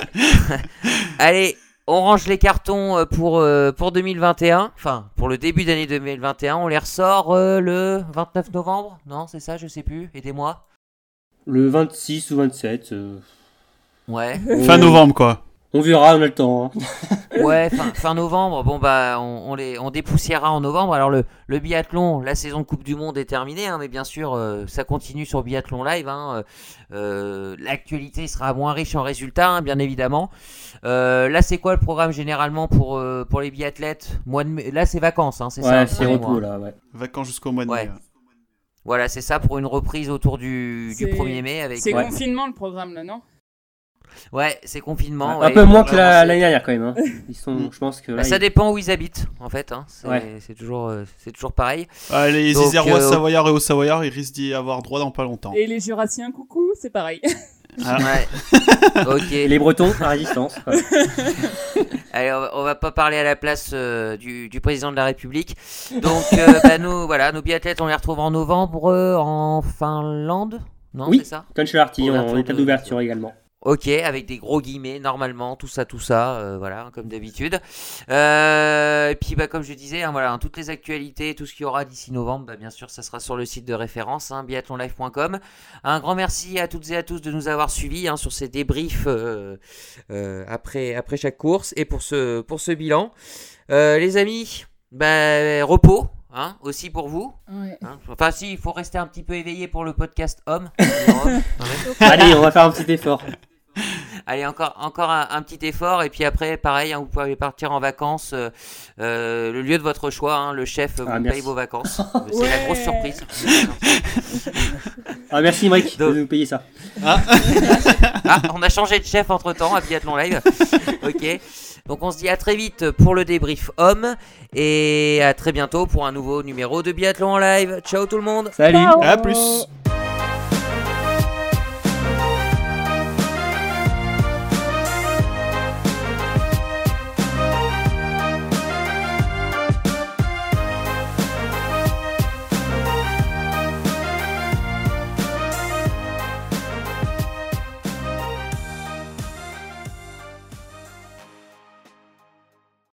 Allez, on range les cartons pour, euh, pour deux mille vingt et un. Enfin, pour le début d'année deux mille vingt et un. On les ressort euh, le vingt-neuf novembre. Non, c'est ça, je sais plus. Aidez-moi. Le vingt-six ou vingt-sept. euh, Ouais. on- Fin novembre, quoi. On verra, on a le temps. hein. Ouais, fin, fin novembre. Bon, bah, on, on, les, on dépoussiérera en novembre. Alors, le, le biathlon, la saison Coupe du Monde est terminée. Hein, mais bien sûr, euh, ça continue sur Biathlon Live. Hein, euh, l'actualité sera moins riche en résultats, hein, bien évidemment. Euh, là, c'est quoi le programme généralement pour, euh, pour les biathlètes? Mois de mai- Là, c'est vacances, hein, c'est Ouais, ça c'est pour les repos mois. là, ouais. Vacances jusqu'au mois de Ouais. mai. Voilà, c'est ça pour une reprise autour du, du C'est- premier mai. Avec... C'est Ouais. confinement le programme là, non? Ouais, c'est confinement. Un ouais, peu ils moins vont que la- commencer. l'année dernière quand même. Hein. Ils sont, je pense que là, Bah, ça ils- dépend où ils habitent, en fait. Hein. C'est, Ouais. c'est, toujours, euh, c'est toujours pareil. Ah, les Donc, Isérois, euh, Savoyards et Hauts-Savoyards, ils risquent d'y avoir droit dans pas longtemps. Et les Jurassiens, coucou, c'est pareil. Ah. Ouais. Ok. Et les Bretons à résistance. ouais. Allez, on va, on va pas parler à la place euh, du, du président de la République. Donc, euh, bah, nous, voilà, nos biathlètes, on les retrouve en novembre euh, en Finlande. Non, Oui. c'est ça? Conchelarty Ouverture en étape de- d'ouverture également. Ok, avec des gros guillemets, normalement, tout ça, tout ça, euh, voilà, comme d'habitude. Euh, et puis, bah, comme je disais, hein, voilà, hein, toutes les actualités, tout ce qu'il y aura d'ici novembre, bah, bien sûr, ça sera sur le site de référence, hein, biathlon live point com. Un grand merci à toutes et à tous de nous avoir suivis hein, sur ces débriefs euh, euh, après, après chaque course et pour ce, pour ce bilan. Euh, les amis, bah, repos. Hein, aussi pour vous. Ouais. Hein. Enfin, si, il faut rester un petit peu éveillé pour le podcast Homme. Allez, on va faire un petit effort. Allez, encore, encore un, un petit effort. Et puis après, pareil, hein, vous pouvez partir en vacances. Euh, euh, le lieu de votre choix, hein, le chef vous Ah, paye merci. vos vacances. C'est Ouais. la grosse surprise. Ah, merci Mike de Donc- nous payer ça. Ah, on a changé de chef entre temps à Biathlon Live. Ok. Donc on se dit à très vite pour le débrief homme. Et à très bientôt pour un nouveau numéro de Biathlon en live. Ciao tout le monde. Salut. Ciao. À plus.